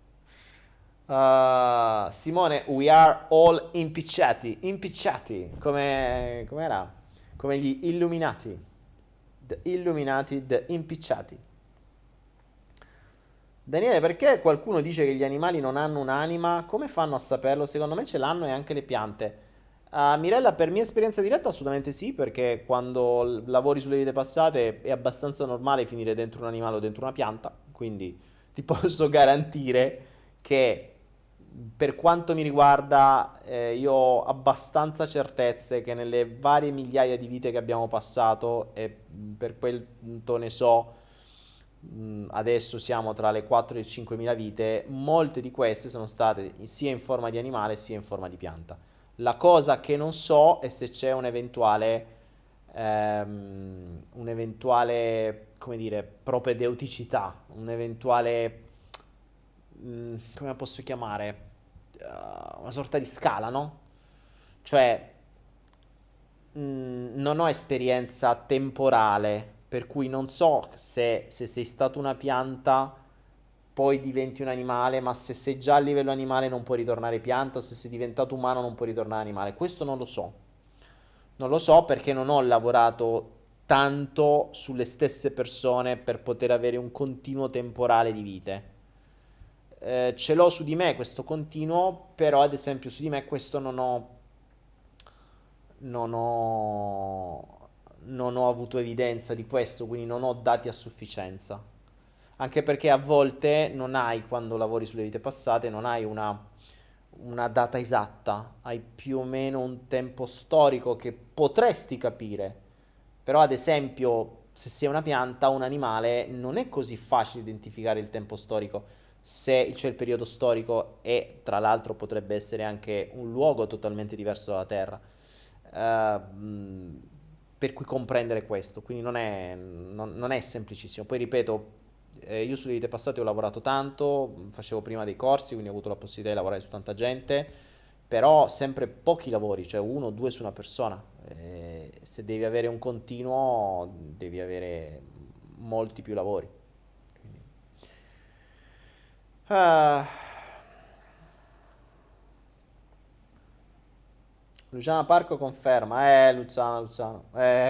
Simone, we are all impicciati. Impicciati. Com'era? Come gli Illuminati. The Illuminati, the impicciati. Daniele, perché qualcuno dice che gli animali non hanno un'anima? Come fanno a saperlo? Secondo me ce l'hanno e anche le piante. Mirella, per mia esperienza diretta, assolutamente sì, perché quando lavori sulle vite passate è abbastanza normale finire dentro un animale o dentro una pianta, quindi ti posso garantire che per quanto mi riguarda, io ho abbastanza certezze che nelle varie migliaia di vite che abbiamo passato, e per quanto ne so, adesso siamo tra le 4 e le 5.000 vite, molte di queste sono state sia in forma di animale sia in forma di pianta. La cosa che non so è se c'è un'eventuale, come dire, propedeuticità, un'eventuale, come posso chiamare, una sorta di scala, no? Cioè, non ho esperienza temporale, per cui non so se sei stato una pianta poi diventi un animale, ma se sei già a livello animale non puoi ritornare pianta, o se sei diventato umano non puoi ritornare animale. Questo non lo so. Non lo so perché non ho lavorato tanto sulle stesse persone per poter avere un continuo temporale di vite. Ce l'ho su di me questo continuo, però ad esempio su di me questo non ho, non ho avuto evidenza di questo, quindi non ho dati a sufficienza. Anche perché a volte non hai, quando lavori sulle vite passate, non hai una data esatta, hai più o meno un tempo storico che potresti capire. Però ad esempio, se sei una pianta o un animale, non è così facile identificare il tempo storico, se c'è il periodo storico e tra l'altro potrebbe essere anche un luogo totalmente diverso dalla Terra. Eh, mh, per cui comprendere questo, quindi non è semplicissimo. Poi ripeto, io sulle vite passate ho lavorato tanto, facevo prima dei corsi, quindi ho avuto la possibilità di lavorare su tanta gente, però sempre pochi lavori, cioè uno o due su una persona. Se devi avere un continuo, devi avere molti più lavori. Quindi- Ah, Luciana Parco conferma, Luciano,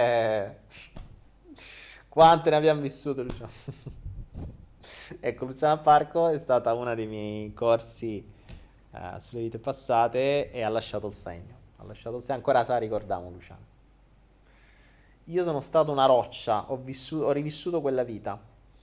quante ne abbiamo vissute, Luciano? Ecco, Luciana Parco è stata una dei miei corsi sulle vite passate e ha lasciato il segno. Ha lasciato il segno, ancora sa ricordiamo, Luciano. Io sono stato una roccia, ho rivissuto quella vita.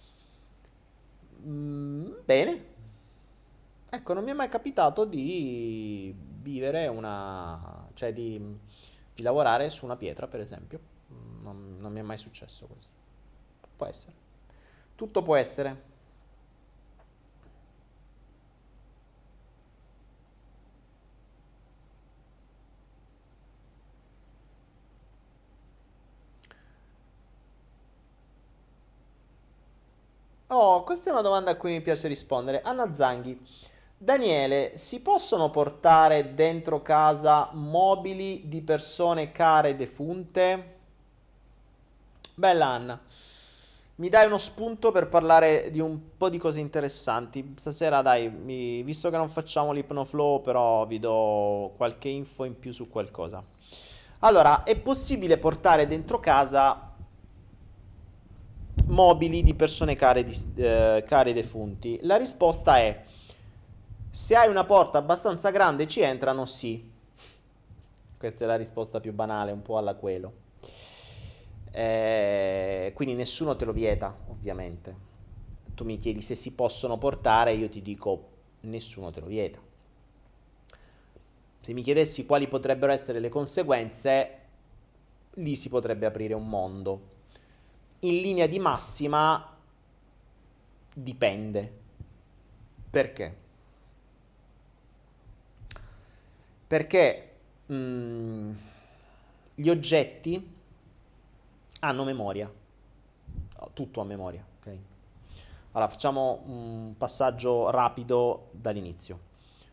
Bene, ecco, non mi è mai capitato di vivere cioè di lavorare su una pietra, per esempio. Non mi è mai successo questo. Può essere. Tutto può essere. Oh, questa è una domanda a cui mi piace rispondere. Anna Zanghi. Daniele, si possono portare dentro casa mobili di persone care defunte? Bella Anna, mi dai uno spunto per parlare di un po' di cose interessanti. Stasera, dai, visto che non facciamo l'ipnoflow, però vi do qualche info in più su qualcosa. Allora, è possibile portare dentro casa mobili di persone care defunti? La risposta è: se hai una porta abbastanza grande ci entrano, sì. Questa è la risposta più banale, un po' alla quello. Quindi nessuno te lo vieta, ovviamente. Tu mi chiedi se si possono portare, io ti dico nessuno te lo vieta. Se mi chiedessi quali potrebbero essere le conseguenze, lì si potrebbe aprire un mondo. In linea di massima dipende. Perché? Perché gli oggetti hanno memoria, tutto ha memoria, ok? Allora facciamo un passaggio rapido dall'inizio.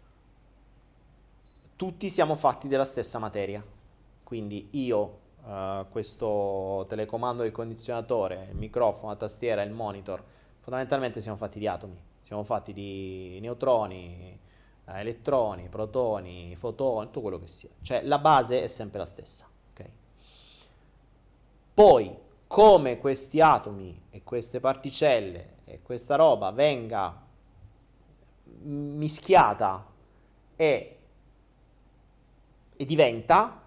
Tutti siamo fatti della stessa materia, quindi io, questo telecomando del condizionatore, il microfono, la tastiera, il monitor, fondamentalmente siamo fatti di atomi, siamo fatti di neutroni, elettroni, protoni, fotoni, tutto quello che sia. Cioè la base è sempre la stessa, ok? Poi, come questi atomi e queste particelle e questa roba venga mischiata e diventa,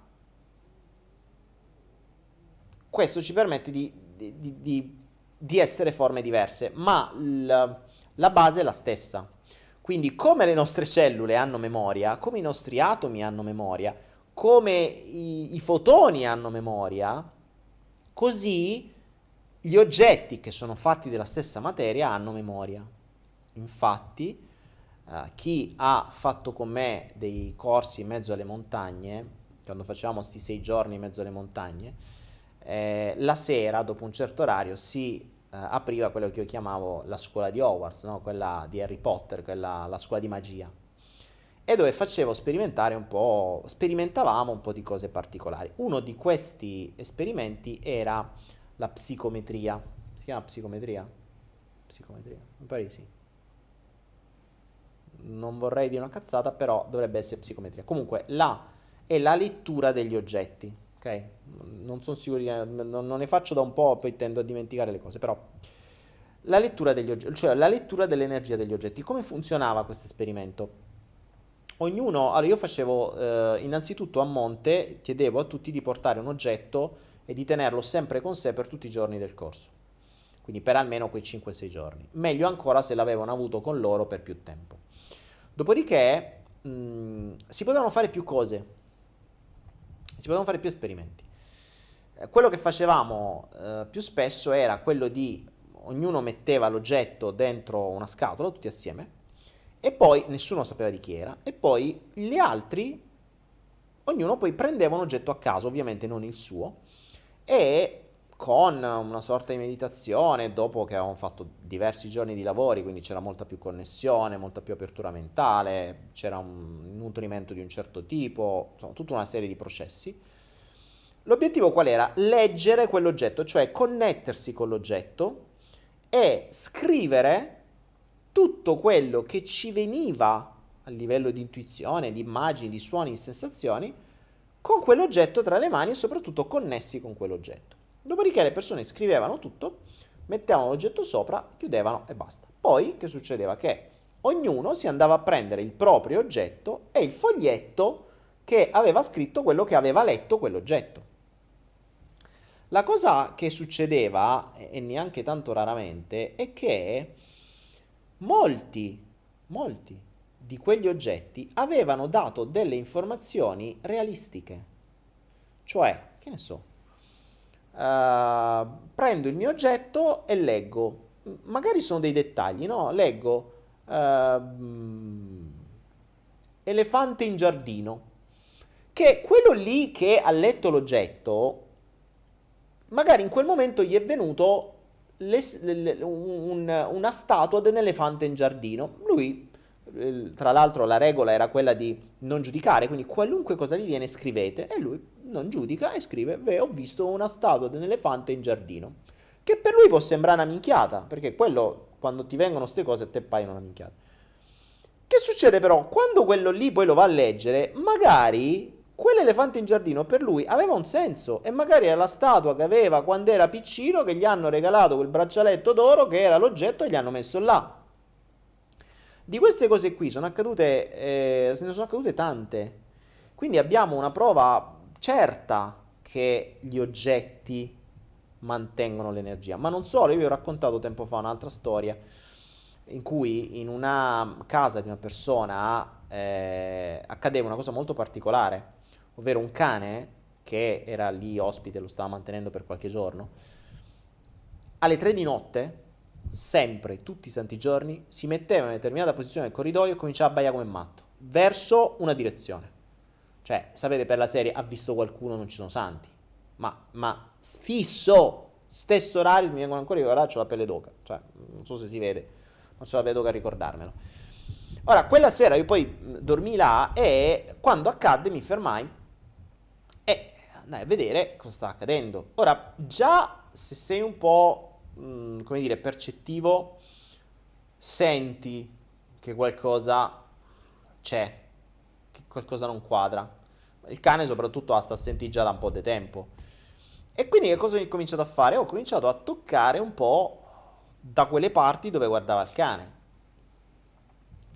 questo ci permette di essere forme diverse, ma la base è la stessa. Quindi come le nostre cellule hanno memoria, come i nostri atomi hanno memoria, come i fotoni hanno memoria, così gli oggetti che sono fatti della stessa materia hanno memoria. Infatti, chi ha fatto con me dei corsi in mezzo alle montagne, quando facevamo questi 6 giorni in mezzo alle montagne, la sera, dopo un certo orario, si apriva quello che io chiamavo la scuola di Hogwarts, no? Quella di Harry Potter, la scuola di magia, e dove sperimentavamo un po' di cose particolari. Uno di questi esperimenti era la psicometria. Si chiama psicometria? Psicometria, mi pare di sì. Non vorrei dire una cazzata, però dovrebbe essere psicometria. Comunque, è la lettura degli oggetti, ok? Non sono sicuro, non ne faccio da un po', poi tendo a dimenticare le cose, però la lettura degli oggetti, cioè la lettura dell'energia degli oggetti. Come funzionava questo esperimento? Allora io facevo, innanzitutto a monte, chiedevo a tutti di portare un oggetto e di tenerlo sempre con sé per tutti i giorni del corso, quindi per almeno quei 5-6 giorni. Meglio ancora se l'avevano avuto con loro per più tempo. Dopodiché si potevano fare più cose, si potevano fare più esperimenti. Quello che facevamo più spesso era quello di ognuno metteva l'oggetto dentro una scatola, tutti assieme, e poi nessuno sapeva di chi era, e poi gli altri, ognuno poi prendeva un oggetto a caso, ovviamente non il suo, e con una sorta di meditazione, dopo che avevamo fatto diversi giorni di lavori, quindi c'era molta più connessione, molta più apertura mentale, c'era un nutrimento di un certo tipo, insomma, tutta una serie di processi. L'obiettivo qual era? Leggere quell'oggetto, cioè connettersi con l'oggetto e scrivere tutto quello che ci veniva a livello di intuizione, di immagini, di suoni, di sensazioni, con quell'oggetto tra le mani e soprattutto connessi con quell'oggetto. Dopodiché le persone scrivevano tutto, mettevano l'oggetto sopra, chiudevano e basta. Poi che succedeva? Che ognuno si andava a prendere il proprio oggetto e il foglietto che aveva scritto quello che aveva letto quell'oggetto. La cosa che succedeva, e neanche tanto raramente, è che molti di quegli oggetti avevano dato delle informazioni realistiche. Cioè, che ne so, prendo il mio oggetto e leggo, magari sono dei dettagli, no? Leggo elefante in giardino, che quello lì che ha letto l'oggetto, magari in quel momento gli è venuto una statua dell'elefante in giardino. Lui, tra l'altro, la regola era quella di non giudicare, quindi qualunque cosa vi viene scrivete, e lui non giudica e scrive: beh, ho visto una statua dell'elefante in giardino, che per lui può sembrare una minchiata, perché quello, quando ti vengono queste cose, a te paiono una minchiata. Che succede però? Quando quello lì poi lo va a leggere, magari quell'elefante in giardino per lui aveva un senso, e magari era la statua che aveva quando era piccino, che gli hanno regalato quel braccialetto d'oro che era l'oggetto e gli hanno messo là. Di queste cose qui sono accadute, se ne sono accadute tante. Quindi abbiamo una prova certa che gli oggetti mantengono l'energia. Ma non solo, io vi ho raccontato tempo fa un'altra storia in cui in una casa di una persona accadeva una cosa molto particolare, ovvero un cane che era lì ospite, lo stava mantenendo per qualche giorno, alle 3 di notte, sempre, tutti i santi giorni, si metteva in una determinata posizione del corridoio e cominciava a baiare come matto, verso una direzione. Cioè, sapete, per la serie ha visto qualcuno, non ci sono santi. Ma fisso, stesso orario, mi vengono ancora a ricordare, c'ho la pelle d'oca. Cioè, non so se si vede, non c'ho la pelle d'oca a ricordarmelo. Ora, quella sera io poi dormii là e quando accadde mi fermai e andai a vedere cosa stava accadendo. Ora, già se sei un po', come dire, percettivo, senti che qualcosa c'è, che qualcosa non quadra. Il cane soprattutto sta a sentire già da un po' di tempo. E quindi che cosa ho cominciato a fare? Ho cominciato a toccare un po' da quelle parti dove guardava il cane.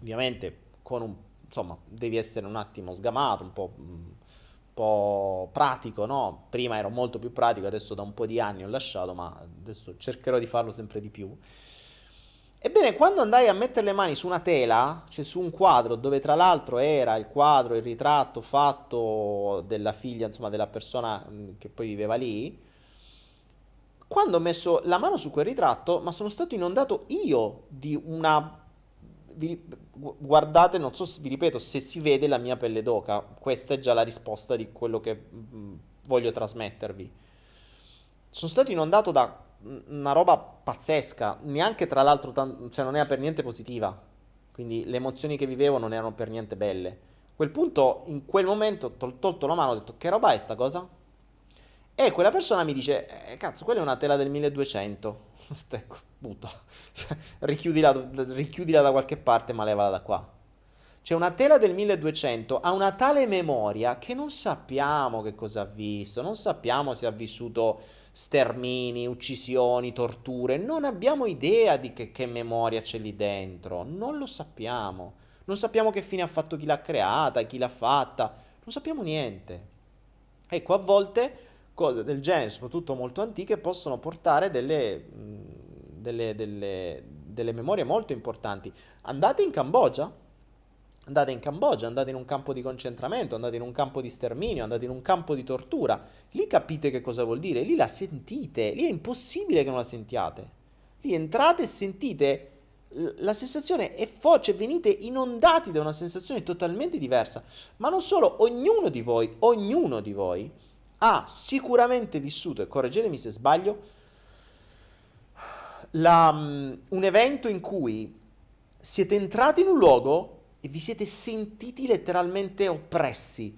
ovviamente insomma, devi essere un attimo sgamato, un po' pratico, no? Prima ero molto più pratico, adesso da un po' di anni ho lasciato, ma adesso cercherò di farlo sempre di più. Ebbene, quando andai a mettere le mani su una tela, cioè su un quadro, dove tra l'altro era il quadro, il ritratto fatto della figlia, insomma, della persona che poi viveva lì, quando ho messo la mano su quel ritratto, ma sono stato inondato io di una... Guardate, non so, vi ripeto, se si vede la mia pelle d'oca, questa è già la risposta di quello che voglio trasmettervi. Sono stato inondato da una roba pazzesca, neanche tra l'altro, cioè non era per niente positiva, quindi le emozioni che vivevo non erano per niente belle. A quel punto, in quel momento, ho tolto la mano, ho detto, che roba è sta cosa? E quella persona mi dice, cazzo, quella è una tela del 1200. Ecco, buttala. Richiudila da qualche parte, ma levala da qua. C'è una tela del 1200, ha una tale memoria che non sappiamo che cosa ha visto, non sappiamo se ha vissuto stermini, uccisioni, torture, non abbiamo idea di che memoria c'è lì dentro, non lo sappiamo. Non sappiamo che fine ha fatto chi l'ha creata, chi l'ha fatta, non sappiamo niente. Ecco, a volte cose del genere, soprattutto molto antiche, possono portare delle memorie molto importanti. Andate in Cambogia, andate in Cambogia, andate in un campo di concentramento, andate in un campo di sterminio, andate in un campo di tortura, lì capite che cosa vuol dire, lì la sentite, lì è impossibile che non la sentiate. Lì entrate e sentite la sensazione è forte, cioè venite inondati da una sensazione totalmente diversa. Ma non solo, ognuno di voi ha sicuramente vissuto, e correggetemi se sbaglio, un evento in cui siete entrati in un luogo e vi siete sentiti letteralmente oppressi,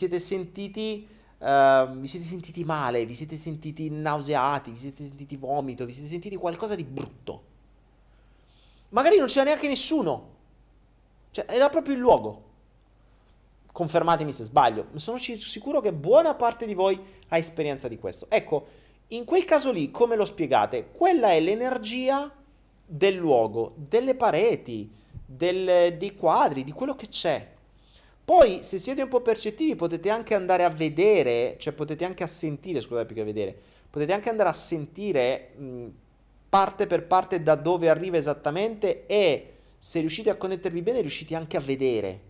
vi siete sentiti male, vi siete sentiti nauseati, vi siete sentiti vomito, vi siete sentiti qualcosa di brutto. Magari non c'era neanche nessuno, cioè era proprio il luogo. Confermatemi se sbaglio, ma sono sicuro che buona parte di voi ha esperienza di questo. Ecco, in quel caso lì, come lo spiegate? Quella è l'energia del luogo, delle pareti, dei quadri, di quello che c'è. Poi, se siete un po' percettivi, potete anche andare a vedere, cioè potete anche a sentire, scusate più che vedere, potete anche andare a sentire parte per parte da dove arriva esattamente e se riuscite a connettervi bene, riuscite anche a vedere.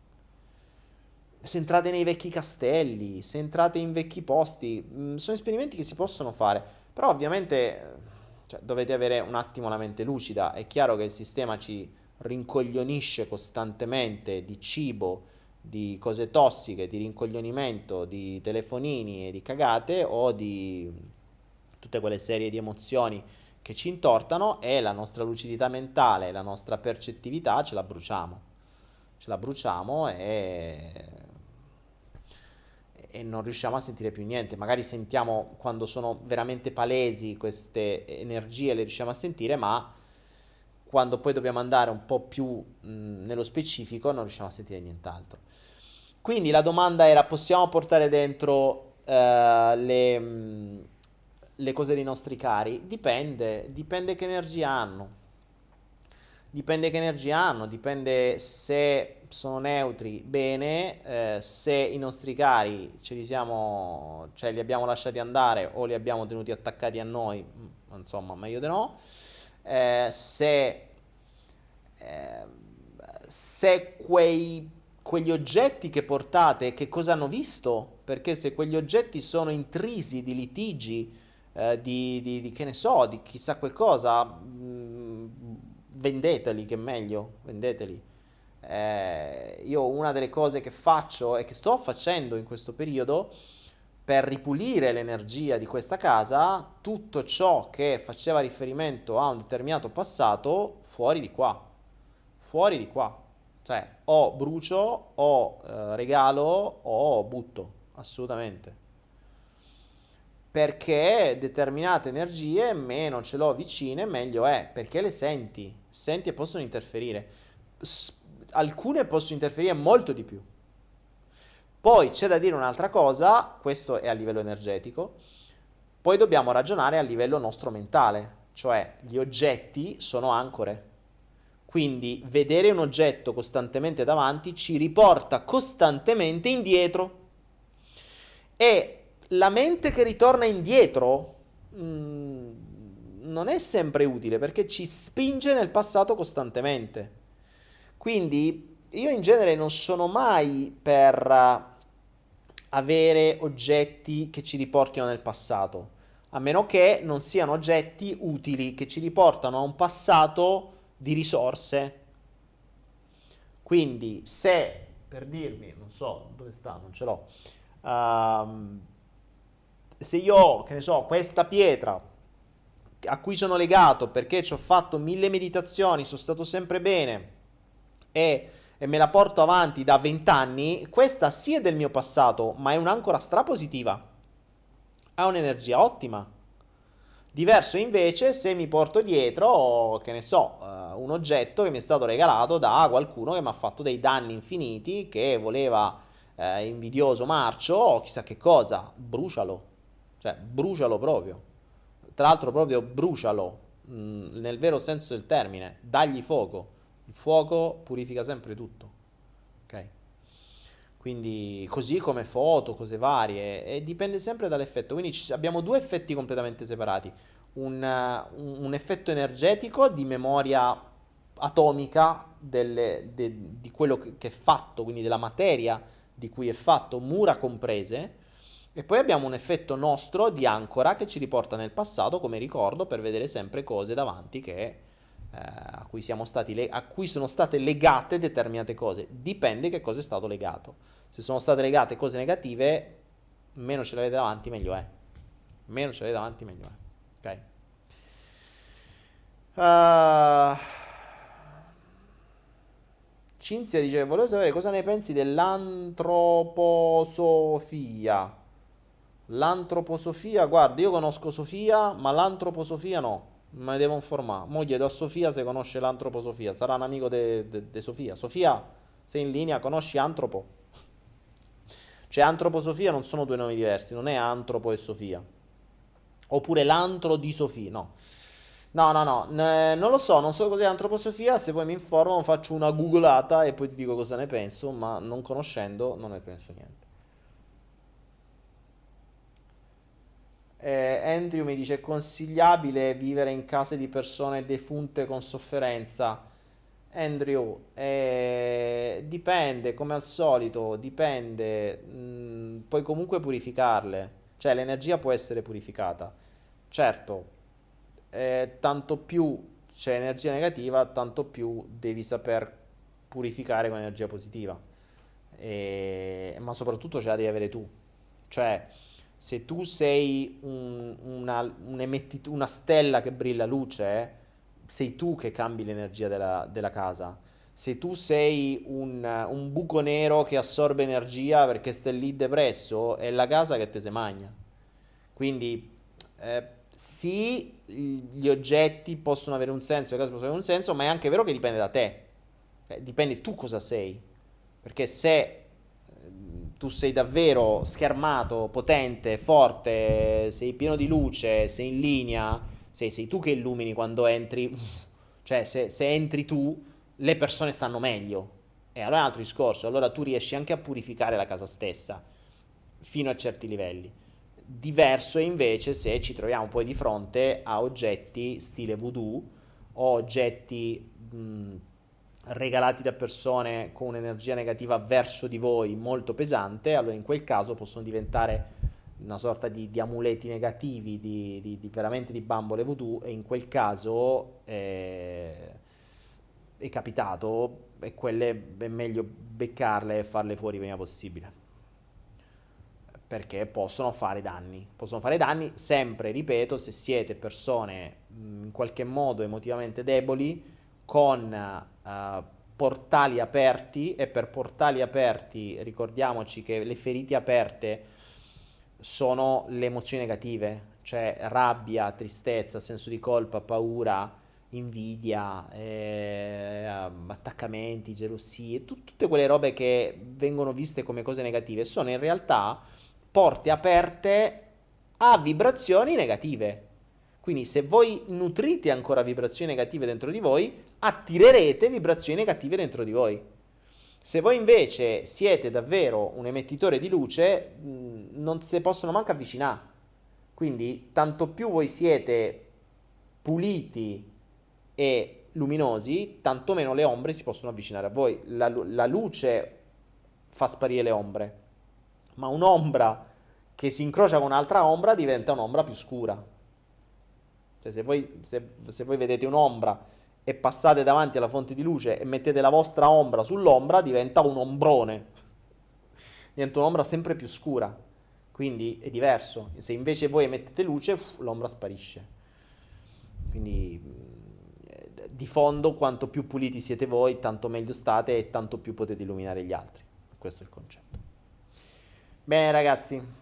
Se entrate nei vecchi castelli, se entrate in vecchi posti, sono esperimenti che si possono fare, però ovviamente cioè, dovete avere un attimo la mente lucida. È chiaro che il sistema ci rincoglionisce costantemente di cibo, di cose tossiche, di rincoglionimento, di telefonini e di cagate o di tutte quelle serie di emozioni che ci intortano e la nostra lucidità mentale, la nostra percettività ce la bruciamo. Ce la bruciamo e non riusciamo a sentire più niente. Magari sentiamo quando sono veramente palesi queste energie, le riusciamo a sentire, ma quando poi dobbiamo andare un po' più nello specifico non riusciamo a sentire nient'altro. Quindi la domanda era: possiamo portare dentro le cose dei nostri cari? Dipende che energia hanno. Dipende se sono neutri, bene, se i nostri cari cioè li abbiamo lasciati andare o li abbiamo tenuti attaccati a noi, insomma, meglio di no. Se quegli oggetti che portate, che cosa hanno visto? Perché se quegli oggetti sono intrisi di litigi, che ne so, di chissà qualcosa, vendeteli, che è meglio, vendeteli. Io una delle cose che faccio e che sto facendo in questo periodo per ripulire l'energia di questa casa, tutto ciò che faceva riferimento a un determinato passato, fuori di qua, cioè o brucio o regalo o butto, assolutamente. Perché determinate energie meno ce l'ho vicine, meglio è, perché le senti e possono interferire. Alcune possono interferire molto di più. Poi c'è da dire un'altra cosa, questo è a livello energetico, poi dobbiamo ragionare a livello nostro mentale, cioè gli oggetti sono ancore. Quindi vedere un oggetto costantemente davanti ci riporta costantemente indietro. E la mente che ritorna indietro non è sempre utile perché ci spinge nel passato costantemente. Quindi io in genere non sono mai per avere oggetti che ci riportino nel passato, a meno che non siano oggetti utili che ci riportano a un passato di risorse. Quindi se, per dirmi, non so dove sta, non ce l'ho, se io ho, che ne so, questa pietra a cui sono legato perché ci ho fatto 1000 meditazioni, sono stato sempre bene e me la porto avanti da 20 anni, questa sì è del mio passato, ma è un'ancora strapositiva, ha un'energia ottima. Diverso invece se mi porto dietro, che ne so, un oggetto che mi è stato regalato da qualcuno che mi ha fatto dei danni infiniti, che voleva invidioso marcio o chissà che cosa, brucialo, cioè brucialo proprio. Tra l'altro proprio brucialo, nel vero senso del termine, dagli fuoco. Il fuoco purifica sempre tutto, ok? Quindi così come foto, cose varie, e dipende sempre dall'effetto. Quindi abbiamo due effetti completamente separati. Un effetto energetico di memoria atomica di quello che è fatto, quindi della materia di cui è fatto, mura comprese, e poi abbiamo un effetto nostro di ancora che ci riporta nel passato come ricordo per vedere sempre cose davanti a cui a cui sono state legate determinate cose. Dipende che cosa è stato legato. Se sono state legate cose negative, meno ce le avete davanti, meglio è. Meno ce le avete davanti, meglio è. Ok? Cinzia dice: volevo sapere cosa ne pensi dell'antroposofia. L'antroposofia, guarda, io conosco Sofia, ma l'antroposofia no. Me ne devo informare. Mo' chiedo a Sofia se conosce l'antroposofia. Sarà un amico di Sofia. Sofia, sei in linea? Conosci antropo? Cioè, antroposofia non sono due nomi diversi, non è antropo e Sofia. Oppure l'antro di Sofia, no. No, no, no, non lo so, non so cos'è antroposofia, se poi mi informo faccio una googolata e poi ti dico cosa ne penso, ma non conoscendo non ne penso niente. Andrew mi dice: è consigliabile vivere in case di persone defunte con sofferenza? Andrew, dipende, come al solito, dipende. Puoi comunque purificarle, cioè l'energia può essere purificata. Certo, tanto più c'è energia negativa, tanto più devi saper purificare con energia positiva. Ma soprattutto ce la devi avere tu. Cioè, se tu sei una stella che brilla luce, sei tu che cambi l'energia della casa. Se tu sei un buco nero che assorbe energia perché stai lì depresso, è la casa che te se magna. Quindi, sì, gli oggetti possono avere un senso, le case possono avere un senso, ma è anche vero che dipende da te. Dipende tu cosa sei. Perché se tu sei davvero schermato, potente, forte, sei pieno di luce, sei in linea, sei tu che illumini quando entri. Cioè, se entri tu, le persone stanno meglio. E allora è un altro discorso. Allora tu riesci anche a purificare la casa stessa, fino a certi livelli. Diverso è invece se ci troviamo poi di fronte a oggetti stile voodoo o oggetti regalati da persone con un'energia negativa verso di voi molto pesante. Allora in quel caso possono diventare una sorta di amuleti negativi, veramente di bambole voodoo, e in quel caso è capitato, e quelle è meglio beccarle e farle fuori prima possibile, perché possono fare danni sempre, ripeto, se siete persone in qualche modo emotivamente deboli, con portali aperti. E per portali aperti ricordiamoci che le ferite aperte sono le emozioni negative, cioè rabbia, tristezza, senso di colpa, paura, invidia, attaccamenti, gelosie, tutte quelle robe che vengono viste come cose negative sono in realtà porte aperte a vibrazioni negative. Quindi se voi nutrite ancora vibrazioni negative dentro di voi, attirerete vibrazioni negative dentro di voi. Se voi invece siete davvero un emettitore di luce, non si possono manco avvicinare. Quindi tanto più voi siete puliti e luminosi, tanto meno le ombre si possono avvicinare a voi. La luce fa sparire le ombre, ma un'ombra che si incrocia con un'altra ombra diventa un'ombra più scura. Cioè, se voi vedete un'ombra e passate davanti alla fonte di luce e mettete la vostra ombra sull'ombra, diventa un ombrone. Diventa un'ombra sempre più scura. Quindi è diverso. Se invece voi mettete luce, l'ombra sparisce. Quindi di fondo, quanto più puliti siete voi, tanto meglio state e tanto più potete illuminare gli altri. Questo è il concetto. Bene, ragazzi.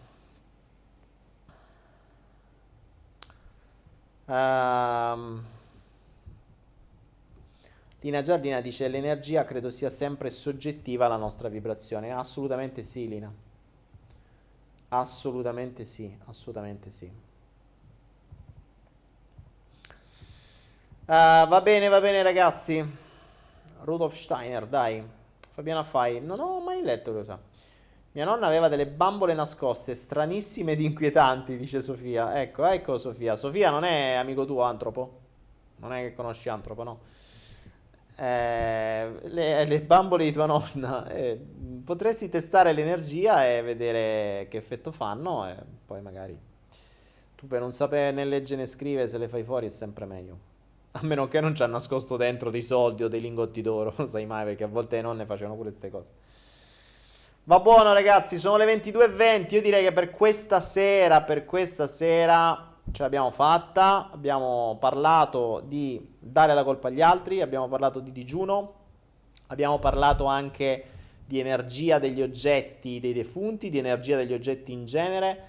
Lina Giardina dice: l'energia credo sia sempre soggettiva alla nostra vibrazione. Assolutamente sì, Lina. Assolutamente sì, assolutamente sì. Va bene ragazzi. Rudolf Steiner, dai. Fabiana Fai. Non ho mai letto cosa. Mia nonna aveva delle bambole nascoste, stranissime ed inquietanti, dice Sofia. Ecco Sofia. Sofia non è amico tuo, Antropo? Non è che conosci Antropo, no? Le bambole di tua nonna. Potresti testare l'energia e vedere che effetto fanno e poi magari... Tu per non sapere né leggere né scrivere, se le fai fuori è sempre meglio. A meno che non ci ha nascosto dentro dei soldi o dei lingotti d'oro, non sai mai, perché a volte le nonne facevano pure queste cose. Va buono ragazzi, sono le 22:20, io direi che per questa sera ce l'abbiamo fatta, abbiamo parlato di dare la colpa agli altri, abbiamo parlato di digiuno, abbiamo parlato anche di energia degli oggetti dei defunti, di energia degli oggetti in genere,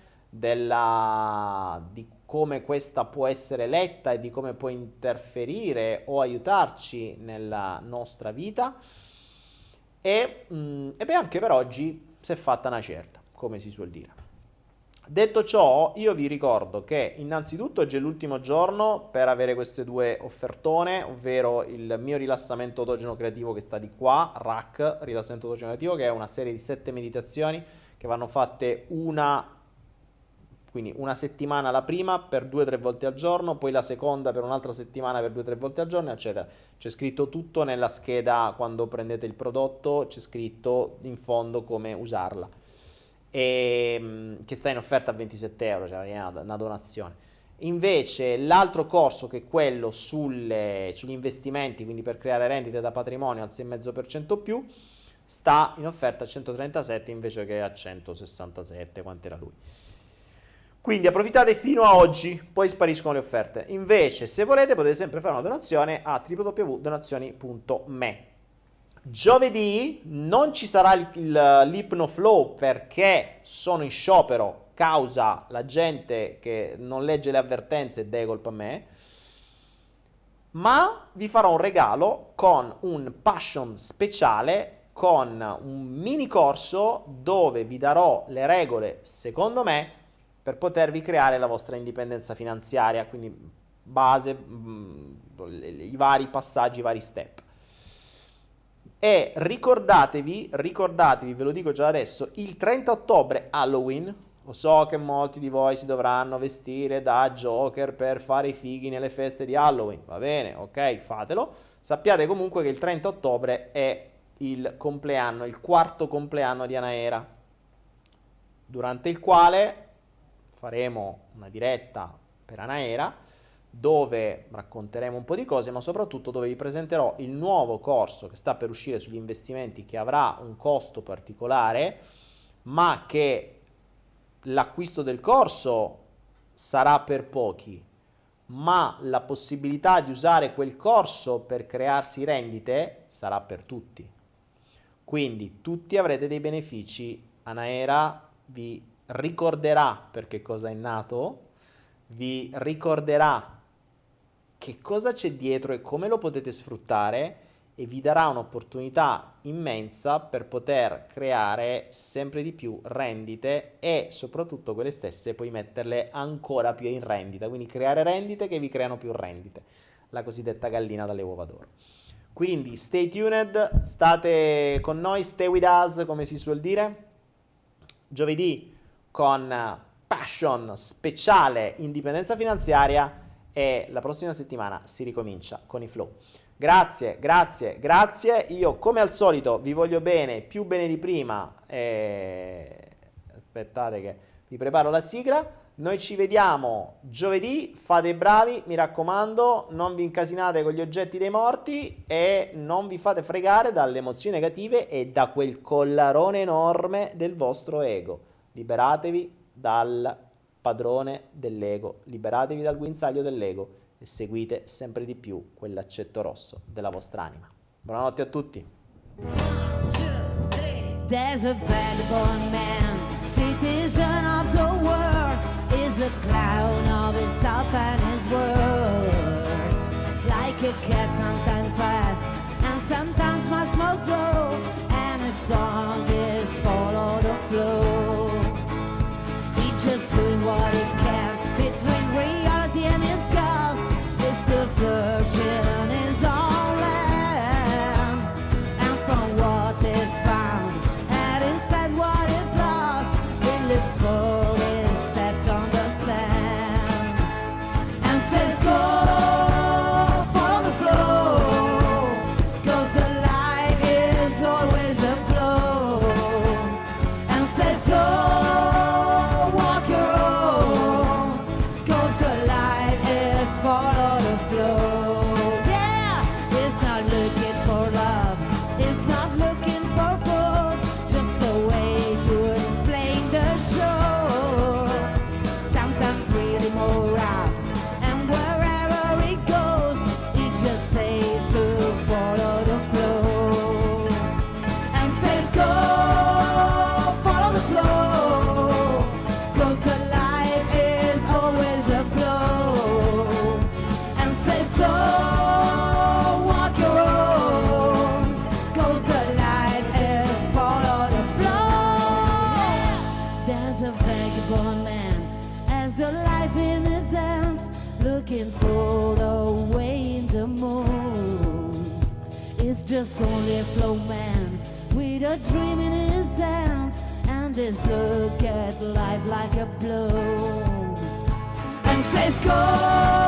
di come questa può essere letta e di come può interferire o aiutarci nella nostra vita. E beh, anche per oggi si è fatta una certa, come si suol dire. Detto ciò, io vi ricordo che innanzitutto oggi è l'ultimo giorno per avere queste due offertone, ovvero il mio rilassamento autogeno creativo che sta di qua, RAC, rilassamento autogeno creativo, che è una serie di 7 meditazioni che vanno fatte quindi una settimana la prima per 2-3 volte al giorno, poi la seconda per un'altra settimana per 2-3 volte al giorno, eccetera. C'è scritto tutto nella scheda quando prendete il prodotto, c'è scritto in fondo come usarla. Che sta in offerta a 27 euro, cioè una donazione. Invece l'altro corso, che è quello sugli investimenti, quindi per creare rendite da patrimonio al 6,5% più, sta in offerta a 137 invece che a 167, quant'era lui. Quindi approfittate fino a oggi, poi spariscono le offerte. Invece, se volete, potete sempre fare una donazione a www.donazioni.me. Giovedì non ci sarà l'Hypnoflow perché sono in sciopero causa la gente che non legge le avvertenze e dà colpa a me. Ma vi farò un regalo con un passion speciale, con un mini corso dove vi darò le regole, secondo me, per potervi creare la vostra indipendenza finanziaria, quindi base, i vari passaggi, i vari step. E ricordatevi, ve lo dico già adesso, il 30 ottobre Halloween, lo so che molti di voi si dovranno vestire da Joker per fare i fighi nelle feste di Halloween, va bene, ok, fatelo. Sappiate comunque che il 30 ottobre è il compleanno, il quarto compleanno di Anaera, durante il quale faremo una diretta per Anaera dove racconteremo un po' di cose, ma soprattutto dove vi presenterò il nuovo corso che sta per uscire sugli investimenti, che avrà un costo particolare, ma che l'acquisto del corso sarà per pochi, ma la possibilità di usare quel corso per crearsi rendite sarà per tutti. Quindi tutti avrete dei benefici. Anaera vi ricorderà perché cosa è nato, vi ricorderà che cosa c'è dietro e come lo potete sfruttare, e vi darà un'opportunità immensa per poter creare sempre di più rendite e soprattutto quelle stesse poi metterle ancora più in rendita, quindi creare rendite che vi creano più rendite, la cosiddetta gallina dalle uova d'oro. Quindi stay tuned, state con noi, stay with us come si suol dire. Giovedì con Passion speciale indipendenza finanziaria e la prossima settimana si ricomincia con i flow. Grazie, grazie, grazie. Io come al solito vi voglio bene, più bene di prima. Aspettate che vi preparo la sigla. Noi ci vediamo giovedì, fate i bravi, mi raccomando, non vi incasinate con gli oggetti dei morti e non vi fate fregare dalle emozioni negative e da quel collarone enorme del vostro ego. Liberatevi dal padrone dell'ego, liberatevi dal guinzaglio dell'ego e seguite sempre di più quell'accetto rosso della vostra anima. Buonanotte a tutti. 1, 2, 3. There's a vagabond man, citizen of the world, is a clown of his thought and his words. Like a cat, sometimes fast and sometimes much more slow, and his song is follow the flow. He's just doing what he can between reality and his ghost. He's still searching his own land, and from what is found and instead what is lost, he lives for his steps on the sand and says go, follow the flow, 'cause the light is always a flow, and says so, walk your own, 'cause the light is follow the flow. Yeah, it's not looking for love, it's not looking for food, just a way to explain the show. Sometimes really more out, and wherever it goes, it just says to follow the flow, and says go, follow the flow, 'cause the light is always a flow, and says so, walk your own, 'cause the light is follow the flow. There's a vagabond man, has the life in his hands, looking for the way in the moon. It's just only a flow man with a dream in his hands, and this look at life like a blow, and says go,